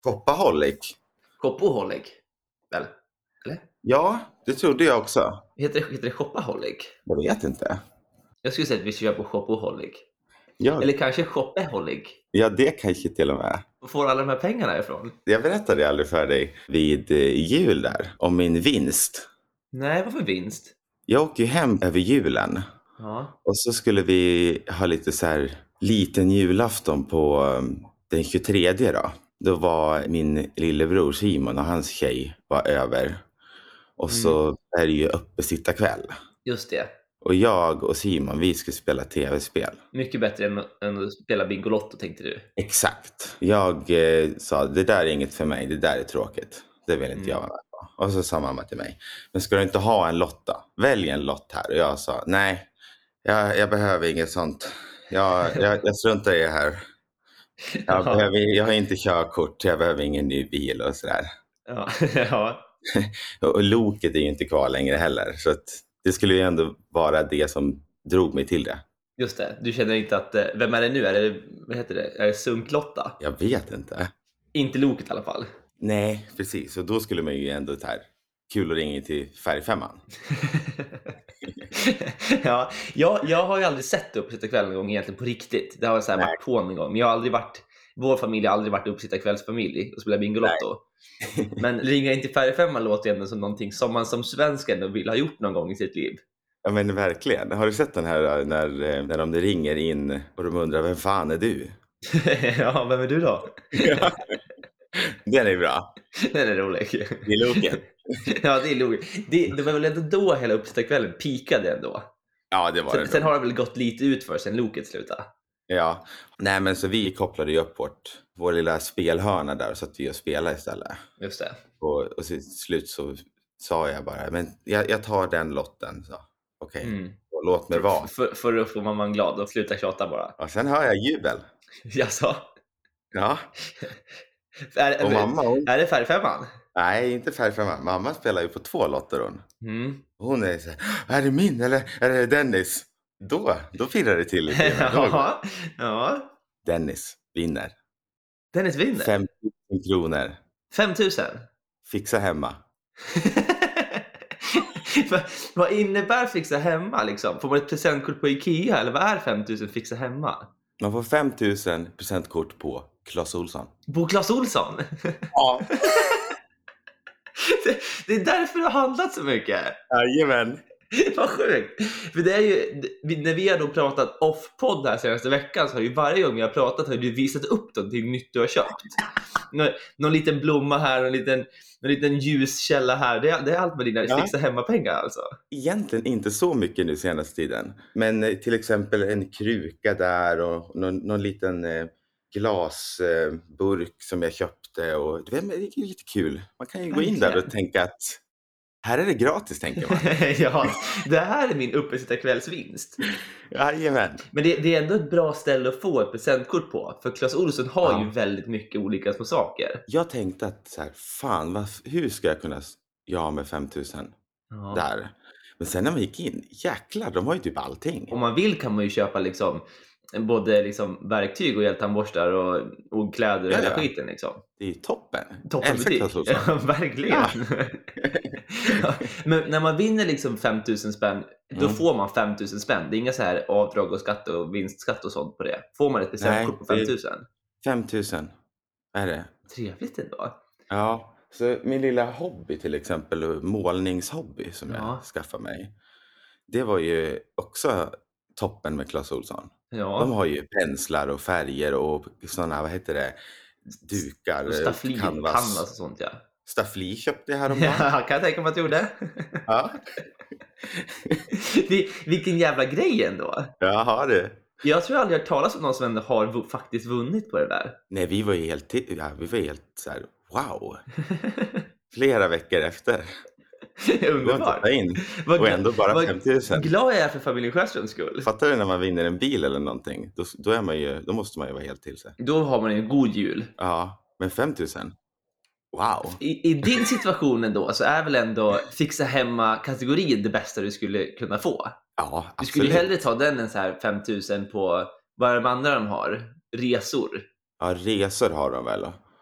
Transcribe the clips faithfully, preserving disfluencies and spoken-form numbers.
Shopaholic. Shopaholic, väl? Eller? Ja, det trodde jag också. Heter det, heter det Shopaholic? Jag vet inte. Jag skulle säga att vi ska göra på Shopaholic. Jag... Eller kanske Shopaholic. Ja, det kanske till och med. Var får alla de här pengarna ifrån? Jag berättade aldrig för dig vid jul där om min vinst. Nej, varför vinst? Jag åkte ju hem över julen. Ja. Och så skulle vi ha lite så här liten julafton på um, den tjugotredje då. Då var min lillebror Simon och hans tjej var över. Och mm. så är det ju uppesittarkväll. Just det. Och jag och Simon, vi skulle spela tv-spel. Mycket bättre än, än att spela Bingolotto, tänkte du. Exakt. Jag eh, sa, det där är inget för mig, det där är tråkigt. Det vill inte mm. jag vara med på. Och så sa mamma till mig, men ska du inte ha en lotta? Välj en lott här. Och jag sa, nej, jag, jag behöver inget sånt. Jag, jag, jag struntar i det här. Jag, behöver, jag har inte körkort, jag behöver ingen ny bil och sådär. Ja, ja. Och loket är ju inte kvar längre heller. Så att det skulle ju ändå vara det som drog mig till det. Just det, du känner inte att, vem är det nu? Är det, vad heter det? Är det Sunklotta? Jag vet inte. Inte loket i alla fall. Nej, precis. Och då skulle man ju ändå ta här, kul att ringa till Färgfemman. Ja, jag, jag har ju aldrig sett uppesittarkväll någon gång egentligen på riktigt. Det har jag så här varit på någon gång. Men jag har aldrig varit, vår familj har aldrig varit uppesittarkvällsfamilj och spelat Bingolotto. Men ringa in till Färgfemman låter ju ändå som någonting som man som svensk ändå vill ha gjort någon gång i sitt liv. Ja, men verkligen. Har du sett den här när, när de ringer in och de undrar, vem fan är du? Ja, vem är du då? Ja. Den är bra. Den är rolig. Det är loken. Ja, det är loken. Det, det var väl ändå då hela uppesittarkvällen pikade ändå. Ja, det var sen, det. Sen har det väl gått lite ut för sen loket slutade. Ja, nej men så vi kopplade ju upp vårt, vår lilla spelhörna där så att vi och spelade istället. Just det. Och, och till slut så sa jag bara, men jag, jag tar den lotten. Så okej, okay, mm. låt mig vara. För, för att få mamman glad och sluta tjata bara. Och sen hör jag jubel. Jaså? Ja. är, och mamma, hon... är det Färgfemman? Nej, inte Färgfemman. Mamma spelar ju på två lotter hon. Mm. Hon är så här, är det min eller är det Dennis? Då, då firar det till lite. Ja, ja. Dennis vinner. Dennis vinner? fem tusen kronor. fem tusen? Fixa hemma. Vad innebär fixa hemma liksom? Får man ett presentkort på Ikea eller vad är fem tusen fixa hemma? Man får fem tusen presentkort på Clas Ohlson. På Clas Ohlson? Ja. det, det är därför det har handlat så mycket. Jajamän. Vad sjukt. För det är ju, när vi har då pratat off-podd här senaste veckan så har ju varje gång vi har pratat har du visat upp någonting nytt du har köpt. Nå, någon liten blomma här, någon liten, någon liten ljuskälla här. Det är, det är allt med dina ja. fixa hemmapengar alltså. Egentligen inte så mycket nu senaste tiden. Men till exempel en kruka där och någon, någon liten eh, glasburk eh, som jag köpte. Och, det är lite kul. Man kan ju gå in där och tänka att här är det gratis, tänker man. Ja, det här är min uppesittarkvällsvinst. Jajamän. Men det, det är ändå ett bra ställe att få ett presentkort på. För Clas Ohlson har ja. ju väldigt mycket olika små saker. Jag tänkte att så här, fan, vad, hur ska jag kunna göra med fem tusen ja. där? Men sen när man gick in, jäklar, de har ju typ allting. Om man vill kan man ju köpa liksom både liksom verktyg och eltandborstar och, och kläder och ja, hela ja. skiten liksom. Det är ju toppen. Toppen butik. Ja, verkligen. Ja. Ja. Men när man vinner liksom fem tusen spänn, då mm. får man fem tusen spänn. Det är inga så här avdrag och skatt och vinstskatt och sånt på det. Får man ett presentkort på fem tusen? fem tusen är det. Trevligt ändå. Ja, så min lilla hobby till exempel, målningshobby som ja. jag skaffade mig. Det var ju också toppen med Clas Ohlson. Ja. De har ju penslar och färger och sådana, vad heter det, dukar, och staffli, canvas. canvas och sånt, ja. Staffli köpte jag häromdagen. Ja, kan jag tänka mig att du gjorde. Ja. Vilken jävla grej ändå. Jaha, det. Jag tror aldrig jag har talat om någon som ändå har v- faktiskt vunnit på det där. Nej, vi var ju helt, ja, vi var helt så här, wow. Flera veckor efter. Underbart. In. Och ändå bara fem tusen. Glad jag är för familjen Sjöströms skull. Fattar du när man vinner en bil eller någonting? Då, då, är man ju, då måste man ju vara helt till sig. Då har man en god jul. Ja, men fem tusen. Wow. I, I din situation ändå så är väl ändå fixa hemma-kategorin det bästa du skulle kunna få? Ja, absolut. Du skulle hellre ta den än så här fem tusen på vad är de andra de har? Resor. Ja, resor har de väl.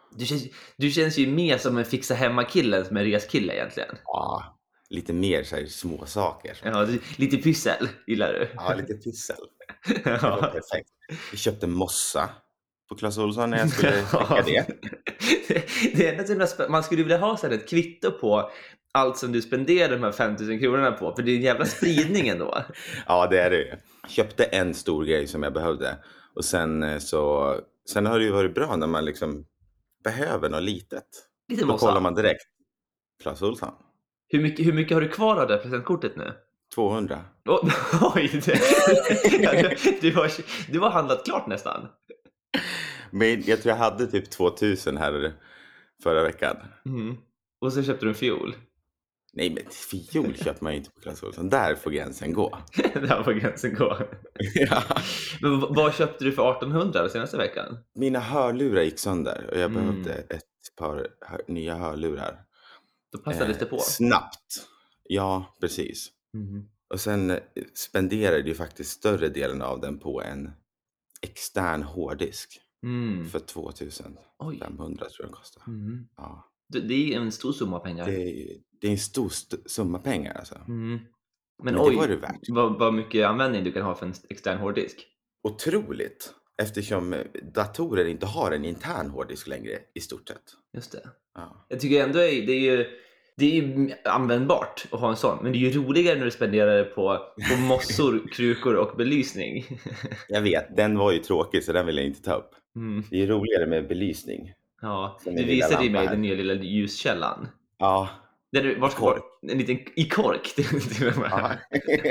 Du känns, du känns ju mer som en fixa hemma-killen som en reskille egentligen. Ja, lite mer så här små saker. Ja, du, lite pyssel gillar du. Ja, lite pyssel. Det var Ja. perfekt. Vi köpte mossa på Clas Ohlson när jag skulle skicka det. Det är ändå så himla- man skulle vilja ha så här ett kvitto på allt som du spenderar de här fem tusen kronorna på. För det är en jävla spridning ändå. Ja, det är det ju. Köpte en stor grej som jag behövde. Och sen eh, så... Sen har det ju varit bra när man liksom behöver något litet. Lite Då mossa. kollar man direkt. Clas Ohlson. Hur mycket, hur mycket har du kvar av det här presentkortet nu? tvåhundra. Oh, oj, det, ja, du, du, har, du har handlat klart nästan. Men jag tror jag hade typ tvåtusen här förra veckan. Mm. Och så köpte du en fiol. Nej, men fiol köper man ju inte på Clas Ohlson. Där får gränsen gå. Där får gränsen gå. Ja. Men v- vad köpte du för artonhundra den senaste veckan? Mina hörlurar gick sönder och jag Mm. behövde ett par hör- nya hörlurar. Då passades det på. Snabbt. Ja, precis. Mm. Och sen eh, spenderade ju faktiskt större delen av den på en extern hårddisk Mm. för tvåtusen femhundra tror jag den kostar. Mm. Ja. Det, det är en stor summa pengar. Det, är- det är en stor st- summa pengar alltså. Mm. Men, Men det oj, var det värt. vad, vad mycket användning du kan ha för en extern hårddisk. Otroligt. Eftersom eh, datorer inte har en intern hårddisk längre i stort sett. Just det. Ja. Jag tycker ändå är, det är ju det är ju användbart att ha en sån. Men det är ju roligare när du spenderar det på, på mossor, krukor och belysning. Jag vet, den var ju tråkig så den vill jag inte ta upp. Mm. Det är roligare med belysning. Ja, Som du en lilla visade ju lampa mig här. den nya lilla ljuskällan. Ja. Där du, var ska Kork. en liten i kork till och med. Ja.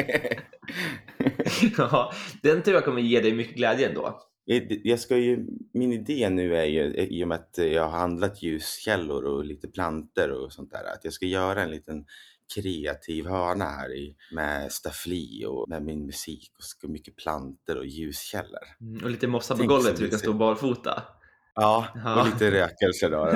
Ja, den tror jag kommer ge dig mycket glädje ändå. Jag ska ju, min idé nu är ju, i och med att jag har handlat ljuskällor och lite planter och sånt där, att jag ska göra en liten kreativ hörna här i, med staffli och med min musik och så mycket planter och ljuskällor. Mm, och lite mossa på Tänk golvet så så du kan mysigt. stå barfota. Ja, Ja. och lite rökelse då.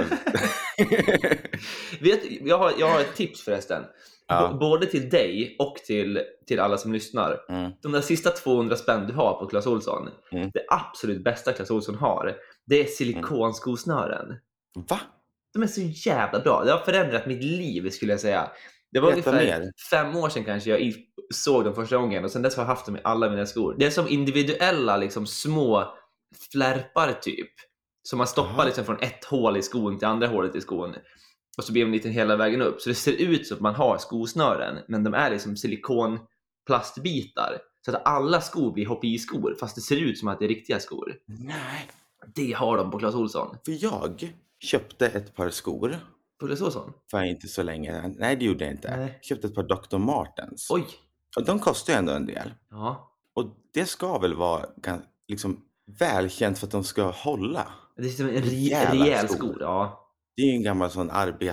Vet, jag, har, jag har ett tips förresten. Ja. B- både till dig och till, till alla som lyssnar. Mm. De där sista tvåhundra spänn du har på Clas Ohlson. Mm. Det absolut bästa Clas Ohlson har, det är silikonskosnören. Va? De är så jävla bra. Det har förändrat mitt liv skulle jag säga. Det var Berätta ungefär mer. fem år sedan kanske jag i- såg dem första gången. Och sen dess har jag haft dem i alla mina skor. Det är som individuella liksom, små flärpar typ. Som man stoppar Aha. liksom, från ett hål i skon till andra hålet i skon. Och så blir de lite hela vägen upp. Så det ser ut som att man har skosnören. Men de är liksom silikonplastbitar. Så att alla skor blir H P I-skor. Fast det ser ut som att det är riktiga skor. Nej. Det har de på Clas Ohlson. För jag köpte ett par skor På Clas Ohlson? för inte så länge. Nej, det gjorde jag inte. Nej. Jag köpte ett par doktor Martens. Oj! Och de kostar ju ändå en del. Ja. Och det ska väl vara gan- liksom välkänt för att de ska hålla. Det är som en ri- Jävla rejäl skor. skor. Ja. Det är ju en gammal sån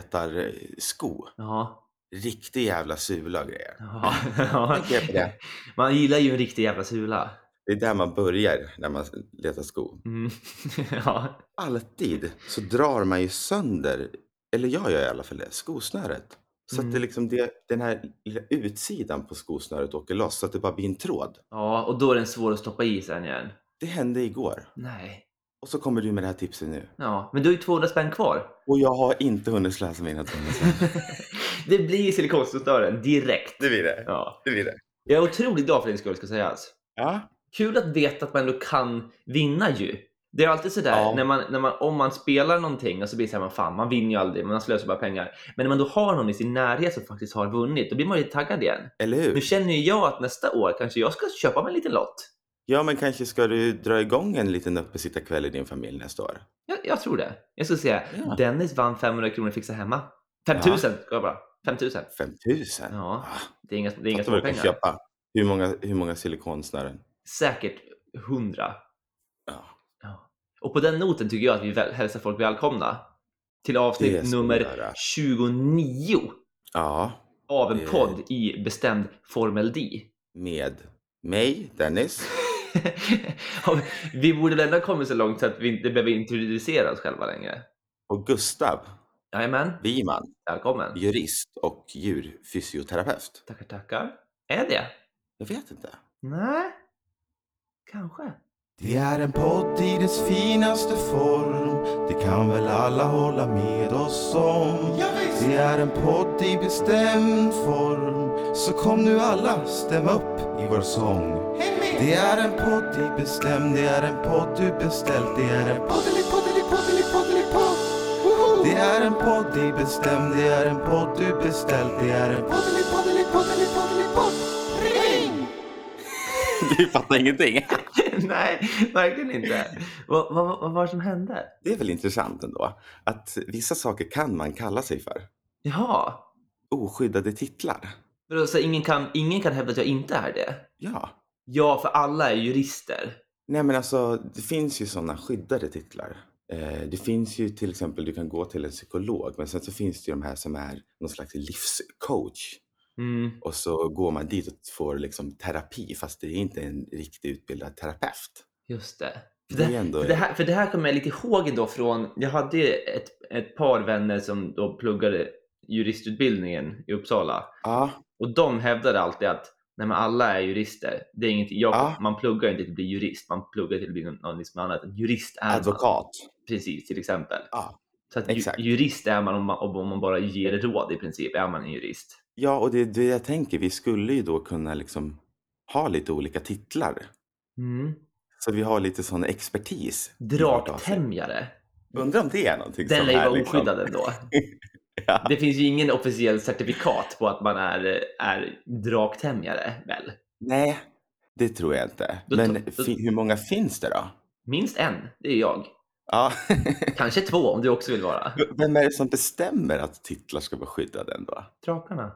arbetarsko. Ja. Riktig jävla sula och grejer. Ja. Ja. Tänker jag på det. Man gillar ju en riktig jävla sula. Det är där man börjar när man letar skor. Mm. Ja. Alltid så drar man ju sönder, eller jag gör i alla fall det, skosnöret. Så Mm. att det liksom det, den här lilla utsidan på skosnöret åker loss så att det bara blir en tråd. Ja, och då är den svår att stoppa i sen igen. Det hände igår. Nej. Och så kommer du med det här tipset nu. Ja, men du har ju tvåhundra spänn kvar. Och jag har inte hunnit slösa mina tvåhundra. Det blir silikonskosnören direkt. Det blir det. Ja. Det blir det. Jag är otroligt glad för din skull ska sägas. Ja. Kul att veta att man ändå kan vinna ju. Det är alltid sådär, Ja. när man, när man, om man spelar någonting och så blir det så här, man, fan, man vinner ju aldrig, men man slösar bara pengar. Men när man då har någon i sin närhet som faktiskt har vunnit, då blir man ju taggad igen. Eller Nu hur? känner ju jag att nästa år kanske jag ska köpa mig en liten lott. Ja, men kanske ska du dra igång en liten uppesittarkväll i din familj nästa år. Jag, jag tror det. Jag ska säga, Ja. Dennis vann femhundra kronor fixa hemma. fem tusen ska jag bara. fem tusen. fem tusen? Ja, Ah, det är inga, det är inga fattar vad små du kan pengar. köpa. Hur många, hur många silikonsnören? Säkert hundra. Ja. Ja. Och på den noten tycker jag att vi väl, hälsar folk välkomna till Det avsnitt ska vi nummer göra. tjugonio Ja, av en det- podd i bestämd Formel D. med mig, Dennis. Ja, vi borde väl ändå ha kommit så långt så att vi inte behöver introducera oss själva längre. Och Gustav Jajamän, Wiman, välkommen. jurist och djurfysioterapeut. Tackar, tackar. Är det? Jag vet inte. Nej, kanske. Det är en podd i dess finaste form. Det kan väl alla hålla med oss om. Det är en podd i bestämd form. Så kom nu alla, stäm upp i vår sång. Det är en podd i bestämd. Det är en podd du beställt. Det är en podd i podd i podd i podd i podd. Det är en podd i bestämd. Det är en podd du beställt. Det är en podd i podd i podd i podd i podd. Ring! Du fattar ingenting. Nej, verkligen inte. Vad, vad, vad var det som hände? Det är väl intressant ändå. Att vissa saker kan man kalla sig för. Jaha. Oskyddade titlar. Men så ingen, kan, ingen kan hävda att jag inte är det? Ja. Ja, för alla är jurister. Nej men alltså, det finns ju sådana skyddade titlar. Eh, det finns ju till exempel, du kan gå till en psykolog. Men sen så finns det ju de här som är någon slags livscoach. Mm. Och så går man dit och får liksom terapi. Fast det är inte en riktigt utbildad terapeut. Just det. För Det det, är ändå- för det, här, för det här kommer jag lite ihåg ändå från... Jag hade ju ett, ett par vänner som då pluggade juristutbildningen i Uppsala. Ja, Och de hävdade alltid att nej, men alla är jurister. Det är ingenting, jag, Ja. Man pluggar inte till att bli jurist. Man pluggar till att bli något liksom annat. En jurist är man. advokat. Precis, till exempel. Ja. Så att ju, exakt. jurist är man om, man om man bara ger råd i princip. Är man en jurist. Ja, och det är det jag tänker. Vi skulle ju då kunna liksom ha lite olika titlar. Mm. Så vi har lite sån expertis. i vårt avsnitt. Draktämjare. Undrar om det är någonting Den som lär ju är vara liksom... oskyddad ändå. Ja. Det finns ju ingen officiell certifikat på att man är, är draktämjare, väl? Nej, det tror jag inte. Då- Men då- fi- hur många finns det då? Minst en, det är jag. Ja. Kanske två om du också vill vara. Vem är det som bestämmer att titlar ska vara skyddade ändå? Drakarna.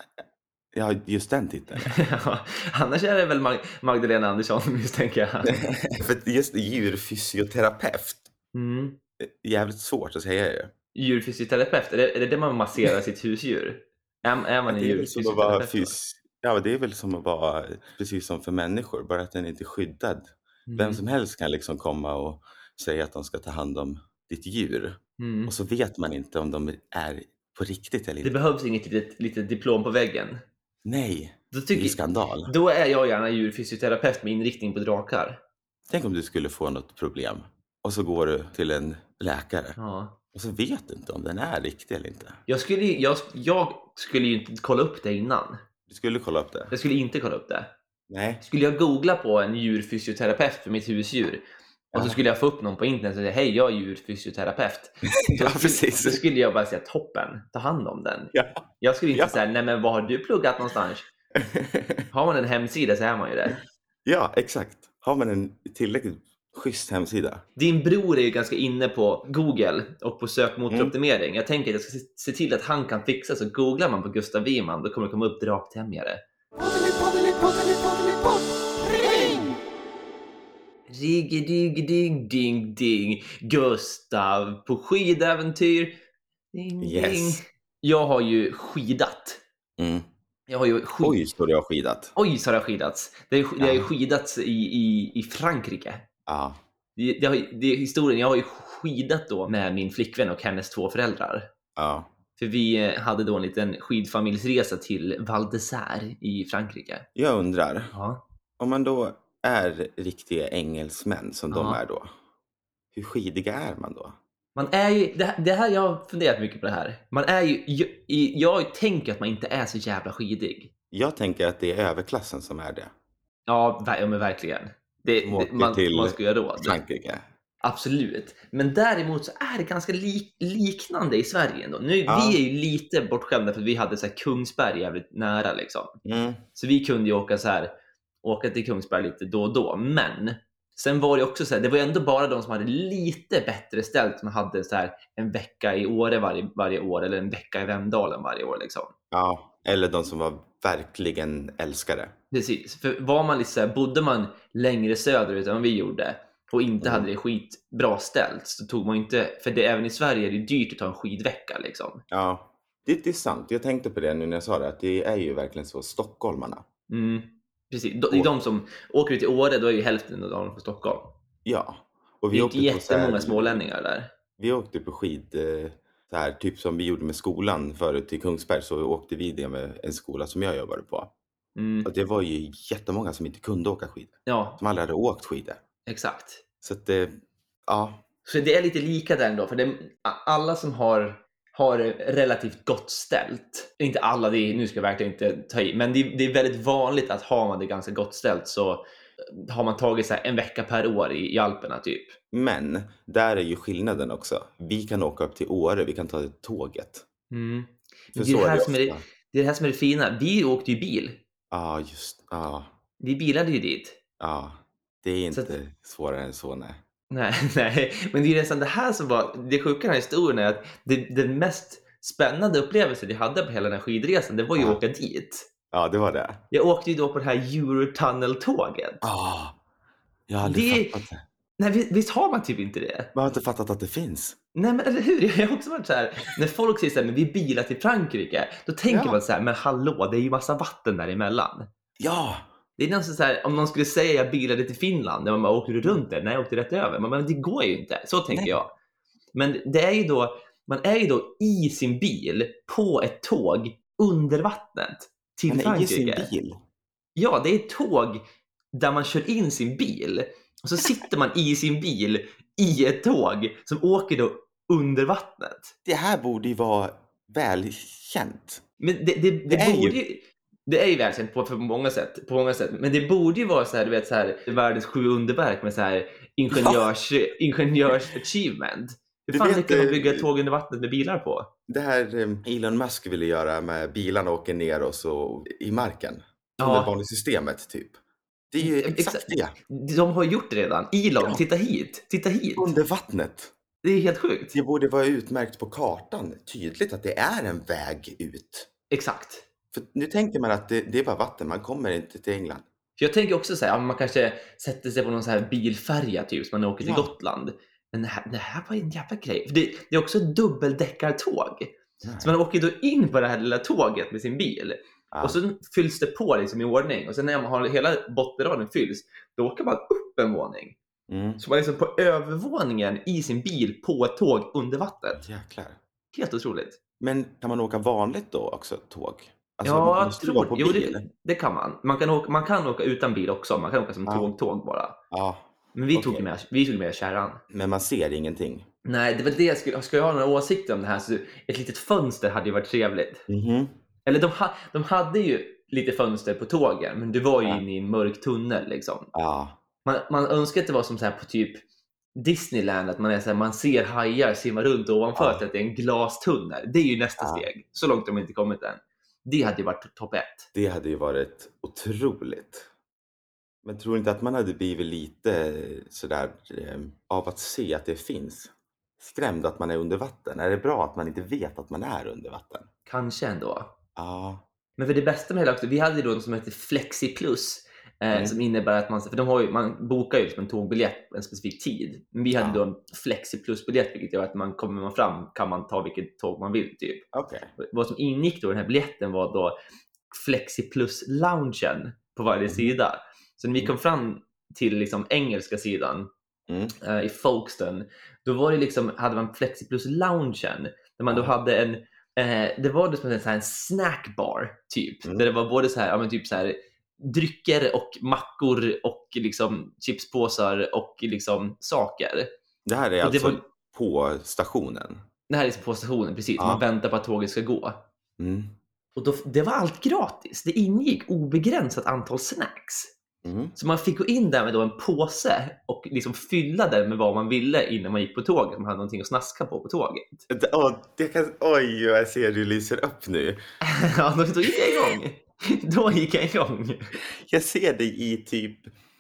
Ja, just den titeln. Annars är det väl Mag- Magdalena Andersson, misstänker jag. För just djurfysioterapeut, Mm. jävligt svårt att säga det. Djurfysioterapeut, är det, är det det man masserar sitt husdjur? Är, är man en Det är väl som att vara djurfysioterapeut? fys... Ja, det är väl som att vara precis som för människor, bara att den inte är skyddad. Mm. Vem som helst kan liksom komma och säga att de ska ta hand om ditt djur. Mm. Och så vet man inte om de är på riktigt eller Det inte. behövs inget litet, litet diplom på väggen. Nej, Då, det är tycker, skandal. då är jag gärna djurfysioterapeut med inriktning på drakar. Tänk om du skulle få något problem och så går du till en läkare Ja. och så vet du inte om den är riktig eller inte. Jag skulle, ju- jag, jag skulle ju inte kolla upp det innan. Du skulle kolla upp det? Jag skulle inte kolla upp det. Nej. Skulle jag googla på en djurfysioterapeut för mitt husdjur och så Ja. skulle jag få upp någon på internet och säga hej, jag är djurfysioterapeut. Ja, precis. Då skulle jag bara säga toppen, ta hand om den. Ja. Jag skulle inte Ja. säga nej men vad har du pluggat någonstans? Har man en hemsida så är man ju det. Ja, exakt. Har man en tillräckligt schysst hemsida? Din bror är ju ganska inne på Google och på sökmotoroptimering. Mm. Jag tänker att jag ska se- se till att han kan fixa, så googlar man på Gustav Wiman då kommer det komma upp draktämjare. Riggy ding ding Gustav på skidäventyr. Ding, Yes. ding. Jag har ju skidat. Mm. Jag har ju skid... Oj, står det jag skidat. Oj, så har jag skidats. Det, är, det har ju Ja. skidats i, i, i Frankrike. Ja. Det, det, har, ju- det är historien. Jag har ju skidat då med min flickvän och hennes två föräldrar. Ja. För vi eh, hade då en liten skidfamiljsresa till Val d'Isère i Frankrike. Jag undrar, Ja. om man då är riktiga engelsmän som de Ja. är då, hur skidiga är man då? Man är ju, det, det här jag har funderat mycket på det här. Man är ju, jag, jag tänker att man inte är så jävla skidig. Jag tänker att det är överklassen som är det. Ja, ver- ja men verkligen. Det, Som det, åker man, till man ska göra råd. Frankrike. Absolut. Men däremot så är det ganska lik, liknande i Sverige ändå. Nu, Ja. Vi är ju lite bortskämda för vi hade så här Kungsberg jävligt nära liksom. Mm. Så vi kunde ju åka så här, åka till Kungsberg lite då och då. Men sen var det också så här, det var ju ändå bara de som hade lite bättre ställt som hade så här en vecka i Åre varje, varje år eller en vecka i Vemdalen varje år liksom. Ja, eller de som var verkligen älskare. Precis, för var man lite så här, bodde man längre söderut än vad vi gjorde och inte Mm. hade det skitbra ställt så tog man inte, för det, även i Sverige är det dyrt att ta en skidvecka liksom. Ja, det, det är sant. Jag tänkte på det nu när jag sa det, att det är ju verkligen så stockholmarna. Mm. Precis, de, de som åker ut till Åre, då är ju hälften av dem från Stockholm. Ja. Och Det vi är åkte inte på så här- jättemånga smålänningar där. Vi åkte på skid, eh, så här, typ som vi gjorde med skolan förut till Kungsberg, så åkte vi det med en skola som jag jobbade på. Mm. Och det var ju jättemånga som inte kunde åka skidor. Ja, Som aldrig hade åkt skidor. Exakt. Så att det, ja. Så det är lite lika där ändå, för det, alla som har, har relativt gott ställt, inte alla, det är, nu ska jag verkligen inte ta i, men det, det är väldigt vanligt att har man det ganska gott ställt så har man tagit så här en vecka per år i, i Alperna typ. Men där är ju skillnaden också. Vi kan åka upp till Åre, vi kan ta det tåget. Mm. För Det, är så det, är här det som är det, ofta. det är det här som är det fina. Vi åkte ju bil. Ja, just, ja, Vi bilade ju dit. ja. Det är Så inte att- svårare än så, nej. Nej, nej, men det är nästan det här som var det sjuka i den här historien, är att det, den mest spännande upplevelsen jag hade på hela den här skidresan, det var ju Ja. att åka dit. Ja, det var det. Jag åkte ju då på det här Eurotunnel-tåget. Ja, jag har aldrig Det- fattat det. Nej, vi- visst har man typ inte det? Man har inte fattat att det finns. Nej, men eller hur? Jag har också varit så här, när folk säger så här, men vi bilar till Frankrike, då tänker Ja. man så här, men hallå, det är ju massa vatten däremellan. Ja, Det är nästan så här, om någon skulle säga jag bilade till Finland, när man bara, åker du runt där? Nej, jag åkte rätt över. Men, men det går ju inte, så tänker Nej. jag. Men det är ju då, man är ju då i sin bil på ett tåg under vattnet till man är i Frankrike. sin bil. Ja, det är ett tåg där man kör in sin bil och så sitter man i sin bil i ett tåg som åker då under vattnet. Det här borde ju vara välkänt. Men det, det, det, Det är ju- borde ju... Det är ju välkänt på, på, många sätt, på många sätt. Men det borde ju vara så här, du vet, så här, världens sju underverk med så här ingenjörs, ingenjörs achievement. Hur Du fan vet, lyckas man eh, bygga ett tåg under vattnet med bilar på? Det här eh, Elon Musk ville göra med bilarna åker ner och så i marken. Ja. Tunnelbanesystemet typ. Det är ju Ex- exakt det. De har gjort det redan. Elon, Ja. titta hit. Titta hit. Under vattnet. Det är helt sjukt. Det borde vara utmärkt på kartan. Tydligt att det är en väg ut. Exakt. För nu tänker man att det, det är bara vatten. Man kommer inte till England. För jag tänker också så här, ja, man kanske sätter sig på någon så här bilfärja typ, som man åker till Ja. Gotland. Men det här, det här var en jävla grej. För det, det är också ett dubbeldäckartåg. Nej. Så man åker då in på det här lilla tåget med sin bil. Ja. Och så fylls det på liksom i ordning. Och sen när man har hela bottenraden fylls, då åker man upp en våning. Mm. Så man är liksom på övervåningen i sin bil på ett tåg under vattnet. Jäklar. Helt otroligt. Men kan man åka vanligt då också, tåg? Alltså, ja, jag måste du vara tror på jo, bil? det, det kan man. Man kan, åka, man kan åka utan bil också. Man kan åka som Ja. tåg-tåg bara. Ja, Men vi Okej. tog med, vi tog med kärran. men man ser ingenting. Nej, det var det jag skulle... Ska jag ha några åsikter om det här, så ett litet fönster hade ju varit trevligt. Mhm. Eller de, ha, de hade ju lite fönster på tågen, men du var ju Ja. inne i en mörk tunnel liksom. Ja. Man, man önskar att det var som så här på typ Disneyland, att man, är så här, man ser hajar simma runt ovanför, Ja. att det är en glastunnel. Det är ju nästa Ja. steg. Så långt har de inte kommit än. Det hade ju varit topp ett. Det hade ju varit otroligt. Men tror inte att man hade blivit lite sådär eh, av att se att det finns? Skrämd att man är under vatten? Är det bra att man inte vet att man är under vatten? Kanske ändå. Ja. Men för det bästa med hela också, vi hade då något som heter Flexi Plus. Eh, Mm. Som innebär att man, för de har ju, man bokar ju liksom en tågbiljett på en specifik tid. Men vi hade Ja. då en Flexi Plus-biljett, vilket gör att man kommer man fram kan man ta vilket tåg man vill typ. Okej. Vad som ingick då i den här biljetten var då Flexi Plus-loungen på varje Mm. sida. Så när vi kom fram till liksom engelska sidan Mm. eh, i Folkestone, då var det liksom, hade man Flexi Plus-loungen där man då Ja. hade en eh, det var då som en, så här, en snackbar typ, Mm. där det var både så här, ja, men typ så här drycker och mackor och liksom chipspåsar och liksom saker. Det här är Och det alltså var- på stationen. Det här är liksom på stationen, precis. Ja. Man väntar på att tåget ska gå. Mm. Och då, det var allt gratis. Det ingick obegränsat antal snacks. Mm. Så man fick gå in där med då en påse och liksom fylla den med vad man ville innan man gick på tåget. Man hade någonting att snaska på på tåget. Det, åh, det kan, oj, jag ser du lyser upp nu. Ja, då, då gick jag igång. Då gick jag igång. Jag ser dig i typ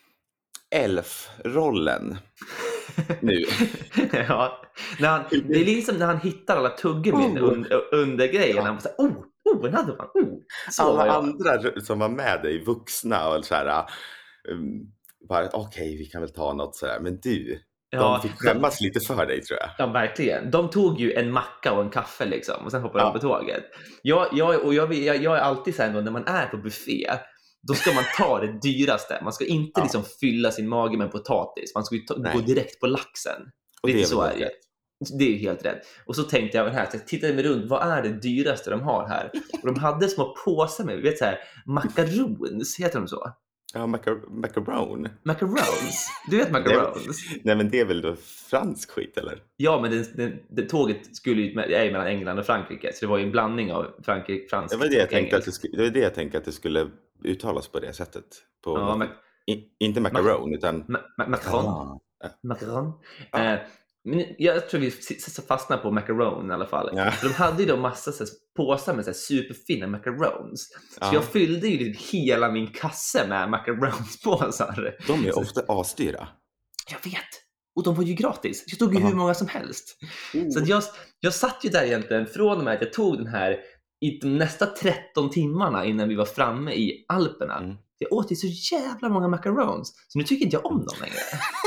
Elf-rollen nu. Ja, när han, det är liksom när han hittar alla tuggummin Oh. under, under grejen. Ja. Han bara så här, oh, oh, den hade man. Oh. Så var Alla jag. andra som var med dig, vuxna och så här, um, bara okej, vi kan väl ta något så här. Men du, Ja, de fick skämmas lite för dig tror jag. Ja, verkligen. De tog ju en macka och en kaffe liksom, och sen hoppade Ja. de på tåget. Jag, jag, och jag, jag, jag är alltid så här ändå, när man är på buffé, då ska man ta det dyraste. Man ska inte Ja. liksom fylla sin mage med potatis. Man ska ju ta, Nej. gå direkt på laxen. Och Lite det är så väl är det. rätt. Det är ju helt rätt. Och så tänkte jag här, så jag tittade mig runt, vad är det dyraste de har här? Och de hade små påsar med, vet så här, macarons, heter de så? Ja, macar- macaron. Macarons. Du vet macarons? Nej, men det är väl då fransk skit, eller? Ja, men den, den, det tåget skulle ju med, är ju mellan England och Frankrike, så det var ju en blandning av Frankrike, fransk Det var det jag och tänkte att det, engelsk. skulle, det var det jag tänkte att det skulle uttalas på det sättet. På Ja, något, mac- i, inte macaron, utan ma- ma- Macron. macaron. Ja. Macaron. Ja. Eh, men jag tror vi s- s- fastnar på macaron i alla fall. Ja. För de hade ju då massa så här, påsar med så här, superfina macarons. Så Ja. jag fyllde ju liksom hela min kasse med macaronspåsar. De är Så- ofta asdyra. Jag vet. Och de var ju gratis. Jag tog ju Aha. hur många som helst. Oh. Så att jag, jag satt ju där egentligen från och med att jag tog den här i de nästa tretton timmarna innan vi var framme i Alperna. Mm. Jag åt ju så jävla många macarons. Så nu tycker inte jag om dem längre.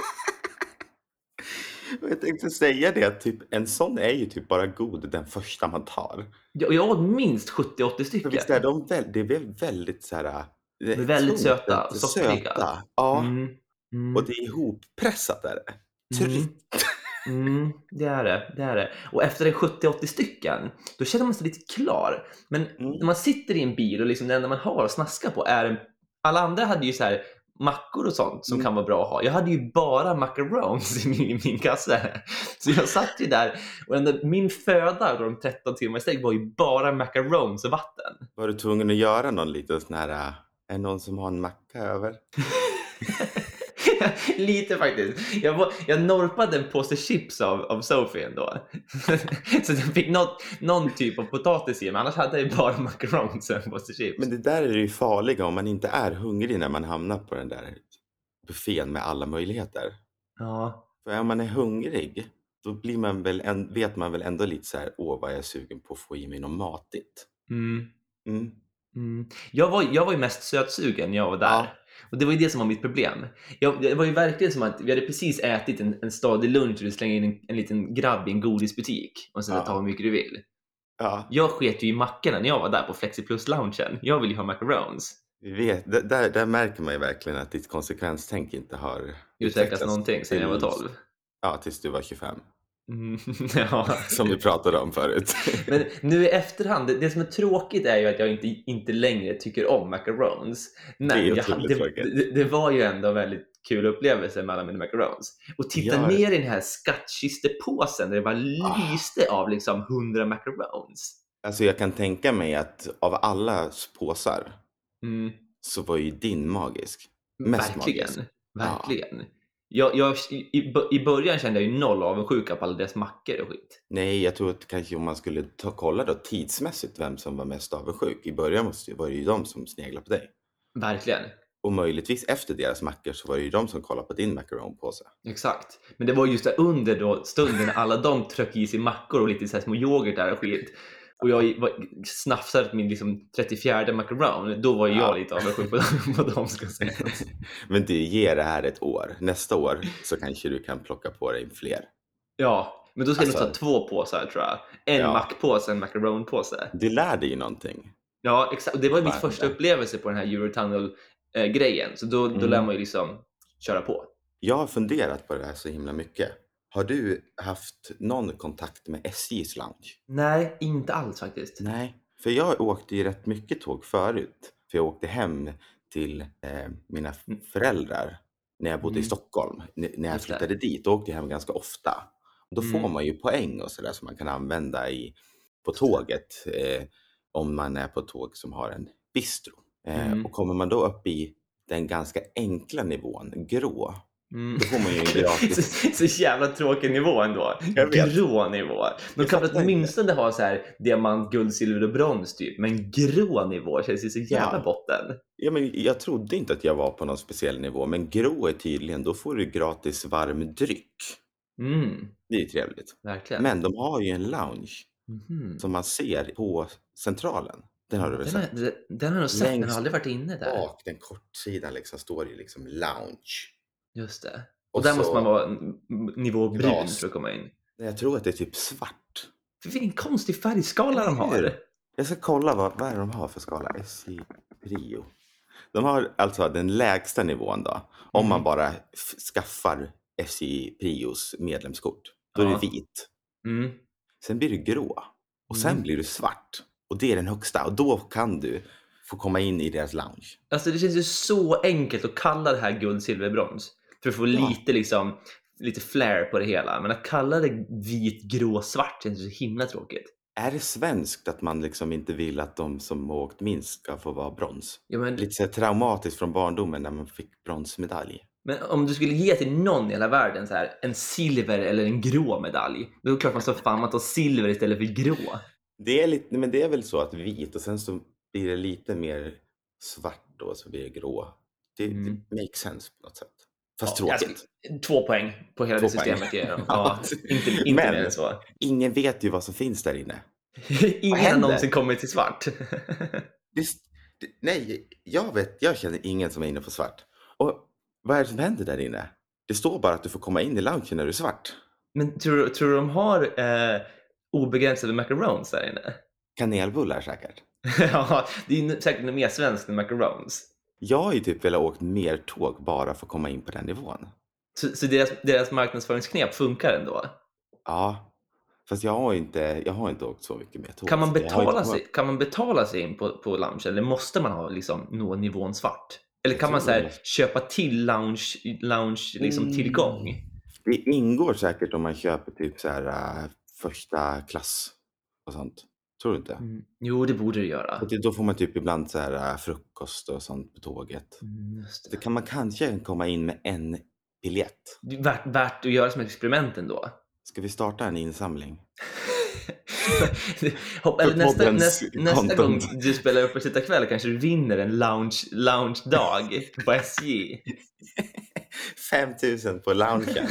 Och jag tänkte säga det att typ, en sån är ju typ bara god den första man tar. Jag, jag åt minst sjuttio åttio För stycken. visst är de väl, det är väldigt så här... Det De är väldigt tungt, söta och inte sockriga. söta. Ja, Mm, mm, och det är ihoppressat är det. Mm. Tryckt. mm, det är det, det är det. Och efter en sjuttio åttio stycken, då känner man sig lite klar. Men Mm. när man sitter i en bil och liksom det enda man har att snaska på är en... Alla andra hade ju så här mackor och sånt som Mm. kan vara bra att ha. Jag hade ju bara macarons i min, i min kasse. Så jag satt ju där och ändå, min föda då de tretton timmar i steg var ju bara macarons och vatten. Var du tvungen att göra någon liten sån här... äh, Är någon som har en macka över? Lite faktiskt. Jag, var, jag norpade en påse chips av, av Sophie ändå. Så jag fick något, någon typ av potatis i, men annars hade jag bara macarons och en påse chips. Men det där är ju farliga om man inte är hungrig när man hamnar på den där buffén med alla möjligheter. Ja. För om man är hungrig, då blir man väl en, vet man väl ändå lite så här, åh vad jag är sugen på att få i mig något matigt. Mm. Mm. Mm. Jag, var, jag var ju mest sötsugen när jag var där. Ja. Och det var ju det som var mitt problem. Jag, det var ju verkligen som att vi hade precis ätit en, en stadig lunch och du slänger in en, en liten grabb i en godisbutik och sen Ja. ta hur mycket du vill. Ja, Jag sket ju i mackorna när jag var där på Flexiplus-loungen. Jag ville ju ha macarons. vi vet, d- där, där märker man ju verkligen att ditt konsekvenstänk inte har Utvecklats någonting sen jag var till- tolv. Ja, tills du var tjugofem. Mm, ja. Som vi pratade om förut. Men nu i efterhand, det, det som är tråkigt är ju att jag inte, inte längre tycker om macarons. Men Det är jag, otroligt det, tråkigt. det, det var ju ändå en väldigt kul upplevelse med alla mina macarons. Och titta Ja. ner i den här skattkistepåsen där det bara Ah. lyste av liksom hundra macarons. Alltså jag kan tänka mig att av alla påsar Mm, så var ju din magisk. Mest verkligen, magisk. verkligen. Jag, jag, i, I början kände jag ju noll avundsjuka på alla deras mackor och skit. Nej, jag tror att kanske om man skulle ta, kolla då tidsmässigt vem som var mest avundsjuk. I början måste, var det ju de som sneglade på dig. Verkligen. Och möjligtvis efter deras mackor så var det ju de som kollade på din macaronpåse. Exakt. Men det var just där under då stunden när alla de tryckte i sig mackor och lite så här små yoghurtar och skit. Och jag var, snafsade min liksom trettiofjärde macaron. Då var ju Ja. jag lite avundsjuk på dem, på dem ska jag säga. Men du, ger det här ett år. Nästa år så kanske du kan plocka på dig fler. Ja, men då ska jag nog Alltså- ta två påsar tror jag. En Ja. mackpåse och en macaronpåse. Du lär dig ju någonting. Ja, exakt. Och det var ju mitt Fan, första ja. upplevelse på den här Eurotunnel-grejen. Så då, då Mm. lär man ju liksom köra på. Jag har funderat på det här så himla mycket. Har du haft någon kontakt med S J:s lounge? Nej, inte alls faktiskt. Nej, för jag åkte ju rätt mycket tåg förut. För jag åkte hem till eh, mina f- föräldrar när jag bodde Mm. i Stockholm. N- när jag Just det. flyttade dit, då åkte jag hem ganska ofta. Och då får Mm. man ju poäng och sådär som man kan använda i, på tåget. Eh, om man är på ett tåg som har en bistro. Eh, Mm. Och kommer man då upp i den ganska enkla nivån, grå, Mm. då får man ju en gratis... så, så jävla tråkig nivå ändå. Jag vet. Grå nivå. De Jag kan väl fattar inte. åtminstone ha så här diamant, guld, silver och brons typ. Men grå nivå känns ju så jävla Ja. botten. Ja, men jag trodde inte att jag var på någon speciell nivå, men grå är tydligen, då får du gratis varm dryck. Mm, Det är ju trevligt. verkligen. Men de har ju en lounge Mhm. som man ser på centralen. Den har du väl Den, sett? har, den, den har jag nog sett, men jag Längst har aldrig varit inne där. Bak den kortsidan liksom står det ju liksom lounge. Just det. Och Och där så måste man vara n- nivå brun glas. för att komma in. Jag tror att det är typ svart. För vilken konstig färgskala de har. Hur? Jag ska kolla vad, vad är det de har för skala. S J Prio. De har alltså den lägsta nivån då. Om Mm. man bara f- skaffar S J Prios medlemskort. Då är Ja. det vit. Mm. Sen blir du grå. Och sen Mm. blir du svart. Och det är den högsta. Och då kan du få komma in i deras lounge. Alltså det känns ju så enkelt att kalla det här guld, silver, brons. För att få Ja. lite liksom, lite flair på det hela. Men att kalla det vit, grå, svart känns så himla tråkigt. Är det svenskt att man liksom inte vill att de som åkt minst ska få vara brons? Ja, men, Lite så här traumatiskt från barndomen när man fick bronsmedalj. men om du skulle ge till någon i hela världen så här, en silver eller en grå medalj, då är det klart man så fan man tar silver istället för grå. Det är, lite, men det är väl så att vit och sen så blir det lite mer svart då så blir det grå. Det, Mm. det makes sense på något sätt. Fast Ja, jag tråkigt. ska- Två poäng på hela Två det systemet ger de. Ja. Ja, inte inte Men- mer än så. Ingen vet ju vad som finns där inne. Ingen har händer? någonsin kommit till svart. Det, det, nej, jag vet, jag känner ingen som är inne på svart. Och vad är det som händer där inne? Det står bara att du får komma in i loungen när du är svart. Men tror, du- tror du de har eh, obegränsade macarons där inne? Kanelbullar säkert. Ja, det är säkert något mer svenskt än macarons. Jag har ju typ velat åkt mer tåg bara för att komma in på den nivån. Så, så deras, deras marknadsföringsknep funkar ändå? Ja, fast jag har inte, jag har inte åkt så mycket mer tåg. Kan man så jag har betala inte- sig, kan man betala sig in på, på lounge eller måste man ha liksom, nå nivån svart? Eller Jag kan man tror så här, det måste- köpa till lounge, lounge liksom, Mm. tillgång? Det ingår säkert om man köper typ så här äh, första klass och sånt. Tror du inte? Mm. Jo, det borde det göra. Och det, då får man typ ibland så här äh, frukost och sånt på tåget. Mm, just Det det. kan man kanske komma in med en biljett. Det är värt, värt att göra som ett experiment ändå. Ska vi starta en insamling? Hopp, eller För nästa, poddens nästa, nästa content. gång du spelar upp och sitta kväll kanske du vinner en lounge, lounge dag på S J. fem tusen på loungen.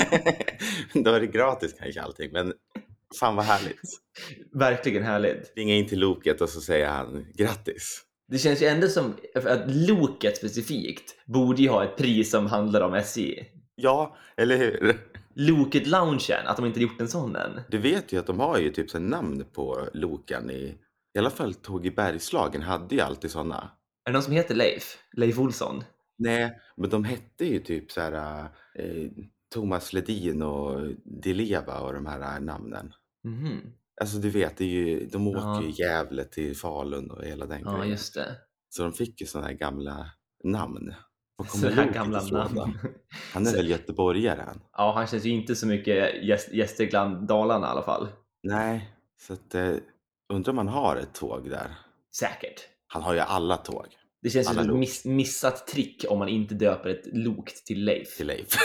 Då är det gratis kanske allting, men fan vad härligt. Verkligen härligt. Ringa in till Loket och så säger han grattis. Det känns ju ändå som att Loket specifikt borde ju ha ett pris som handlar om S J. Ja, eller hur? Loket Loungen, att de inte gjort en sån än. Du vet ju att de har ju typ så här namn på loken i... I alla fall Tåg i Bergslagen hade ju alltid sådana. Är det någon som heter Leif? Leif Olsson? Nej, men de hette ju typ så här eh, Thomas Ledin och Dileva och de här namnen. Mhm. Alltså du vet, det är ju, de åker Ja. ju Gävle till Falun och hela den Ja, grejen. just det. Så de fick ju sådana här gamla namn. Var kommer Sådana här Loket gamla ifrån då? namn. Han är Så- väl göteborgare han? Ja, han känns ju inte så mycket Gäst- Gästrikland, Dalarna i alla fall. Nej, så att eh, undrar om han har ett tåg där. Säkert. Han har ju alla tåg Det känns som Alla ett lok. miss- missat trick om man inte döper ett lok till Leif. till Leif.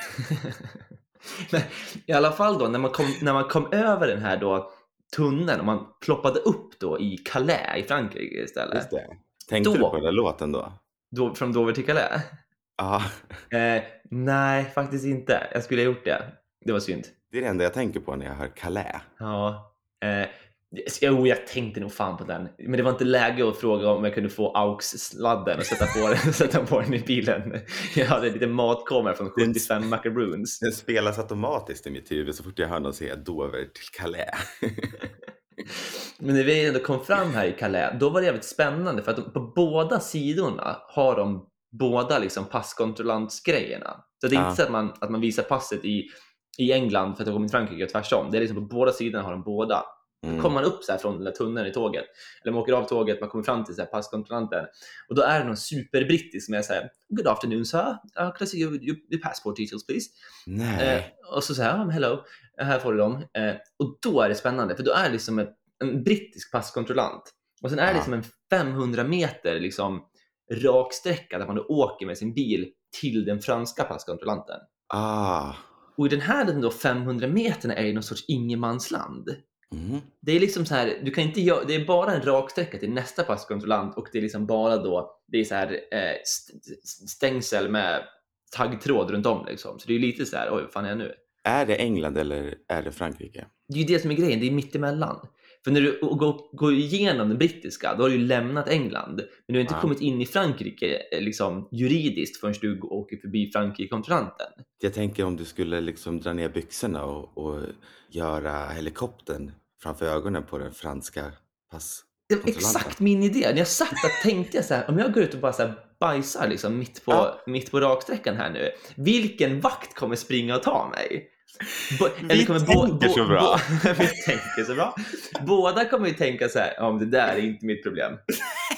Men i alla fall då, när man kom, när man kom över den här då tunneln och man ploppade upp då i Calais i Frankrike istället. Just det. Tänkte Då- du på den där låten då? Då, från Dover till Calais? Ja, Eh, nej, faktiskt inte. Jag skulle ha gjort det. Det var synd. det är det enda jag tänker på när jag hör Calais. Ja. Eh, jo, jag tänkte nog fan på den. Men det var inte läge att fråga om jag kunde få A U X-sladden och sätta på den, sätta på den i bilen. Jag hade en liten matkamera från sjuttiofem macaroons. Den spelas automatiskt i mitt huvud så fort jag hör någon säga Dover till Calais. Men när vi ändå kom fram här i Calais, då var det jävligt spännande för att de, på båda sidorna har de båda liksom passkontrollantsgrejerna. Så det är Ja. inte så att man, att man visar passet i, i England för att det kommer till Frankrike och tvärtom. Det är liksom på båda sidorna har de båda. Mm. Kommer man upp så här från den där tunneln i tåget, eller man åker av tåget, man kommer fram till så här passkontrollanten, och då är det någon superbrittisk som är så här: Good afternoon sir, uh, can I see your, your, your passport details please? Nej. Eh, och så säger han hello, här får du dem. Eh, och då är det spännande, för då är det liksom en, en brittisk passkontrollant. Och sen är det Ja. liksom en femhundra meter liksom raksträcka där man då åker med sin bil till den franska passkontrollanten. Ah. Och i den här då femhundra meterna är det någon sorts ingenmansland. Mm. Det är liksom så här, du kan inte göra, det är bara en raksträcka till nästa passkontrollant, och det är liksom bara då, det är så här eh, st- st- stängsel med taggtråd runt om liksom. Så det är ju lite så här, oj, vad fan är jag nu? Är det England eller är det Frankrike? Det är ju det som är grejen, det är mittemellan. För när du går, går igenom den brittiska, då har du ju lämnat England. Men du har inte Ja. kommit in i Frankrike eh, liksom, juridiskt förrän du åker förbi Frankrike-kontrollanten. Jag tänker om du skulle liksom dra ner byxorna och, och göra helikoptern framför ögonen på den franska pass. Det var exakt min idé. När jag satt där tänkte jag så här, om jag går ut och bara så här bajsar liksom mitt på, Ja. mitt på raksträckan här nu, vilken vakt kommer springa och ta mig? Bo- Vi tänker så bra. Bo- vi tänker så bra. Båda kommer ju tänka så här, om det där är inte mitt problem.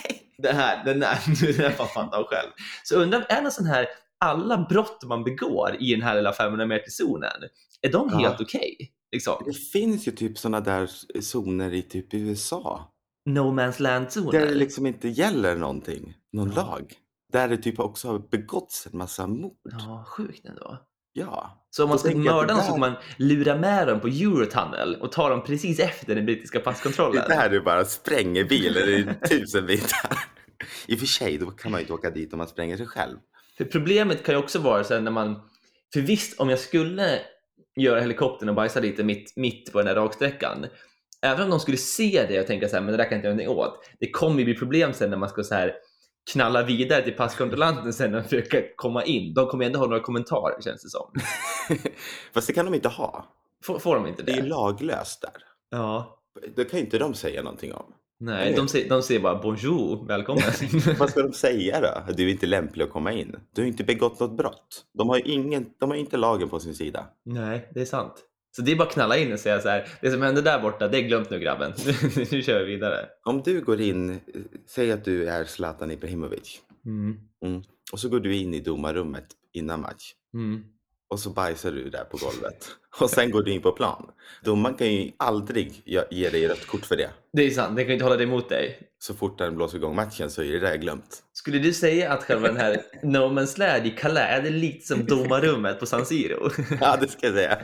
det här, den här, den här får fan ta själv. Så undrar, är det sån här, alla brott man begår i den här lilla femhundra meter-zonen, är de Ja. helt okej? Okay, liksom? Det finns ju typ såna där zoner i typ U S A. No Man's Land-zoner. Där det liksom inte gäller någonting, någon Ja. lag. Där det typ också har begåtts en massa mord. Ja, sjukt ändå. Ja. Så om man Då ska tänker jag att mörda det dem så där- får man lura med dem på Eurotunnel och ta dem precis efter den brittiska passkontrollen. Det där är bara spränger bilen i tusen bitar. I och för sig, då kan man ju inte åka dit om man spränger sig själv. För problemet kan ju också vara sen när man... För visst, om jag skulle göra helikoptern och bajsa lite mitt, mitt på den här raksträckan, även om de skulle se det och tänka så här, men det där kan jag inte göra någonting åt. Det kommer ju bli problem sen när man ska så här knalla vidare till passkontrollanten sen och försöka komma in. De kommer ändå ha några kommentarer, känns det som. Fast det kan de inte ha. Får, får de inte det? Det är ju laglöst där. Ja. Det kan ju inte de säga någonting om. Nej, de säger, de säger bara bonjour, välkommen. Vad ska de säga då? Du är inte lämplig att komma in. Du har inte begått något brott. De har ju ingen, de har inte lagen på sin sida. Nej, det är sant. Så det är bara att knalla in och säga så här, det som hände där borta, det är glömt nu grabben. Nu kör vi vidare. Om du går in, säg att du är Zlatan Ibrahimovic. Mm. Mm. Och så går du in i domarrummet innan match. Mm. Och så bajsar du där på golvet. Och sen går du in på plan. Domaren kan ju aldrig ge dig rött kort för det. Det är sant, det kan inte hålla det emot dig. Så fort den blåser igång matchen så är det där glömt. Skulle du säga att själva den här No Man's Land i Calais är det lite som domarrummet på San Siro? Ja, det ska jag säga.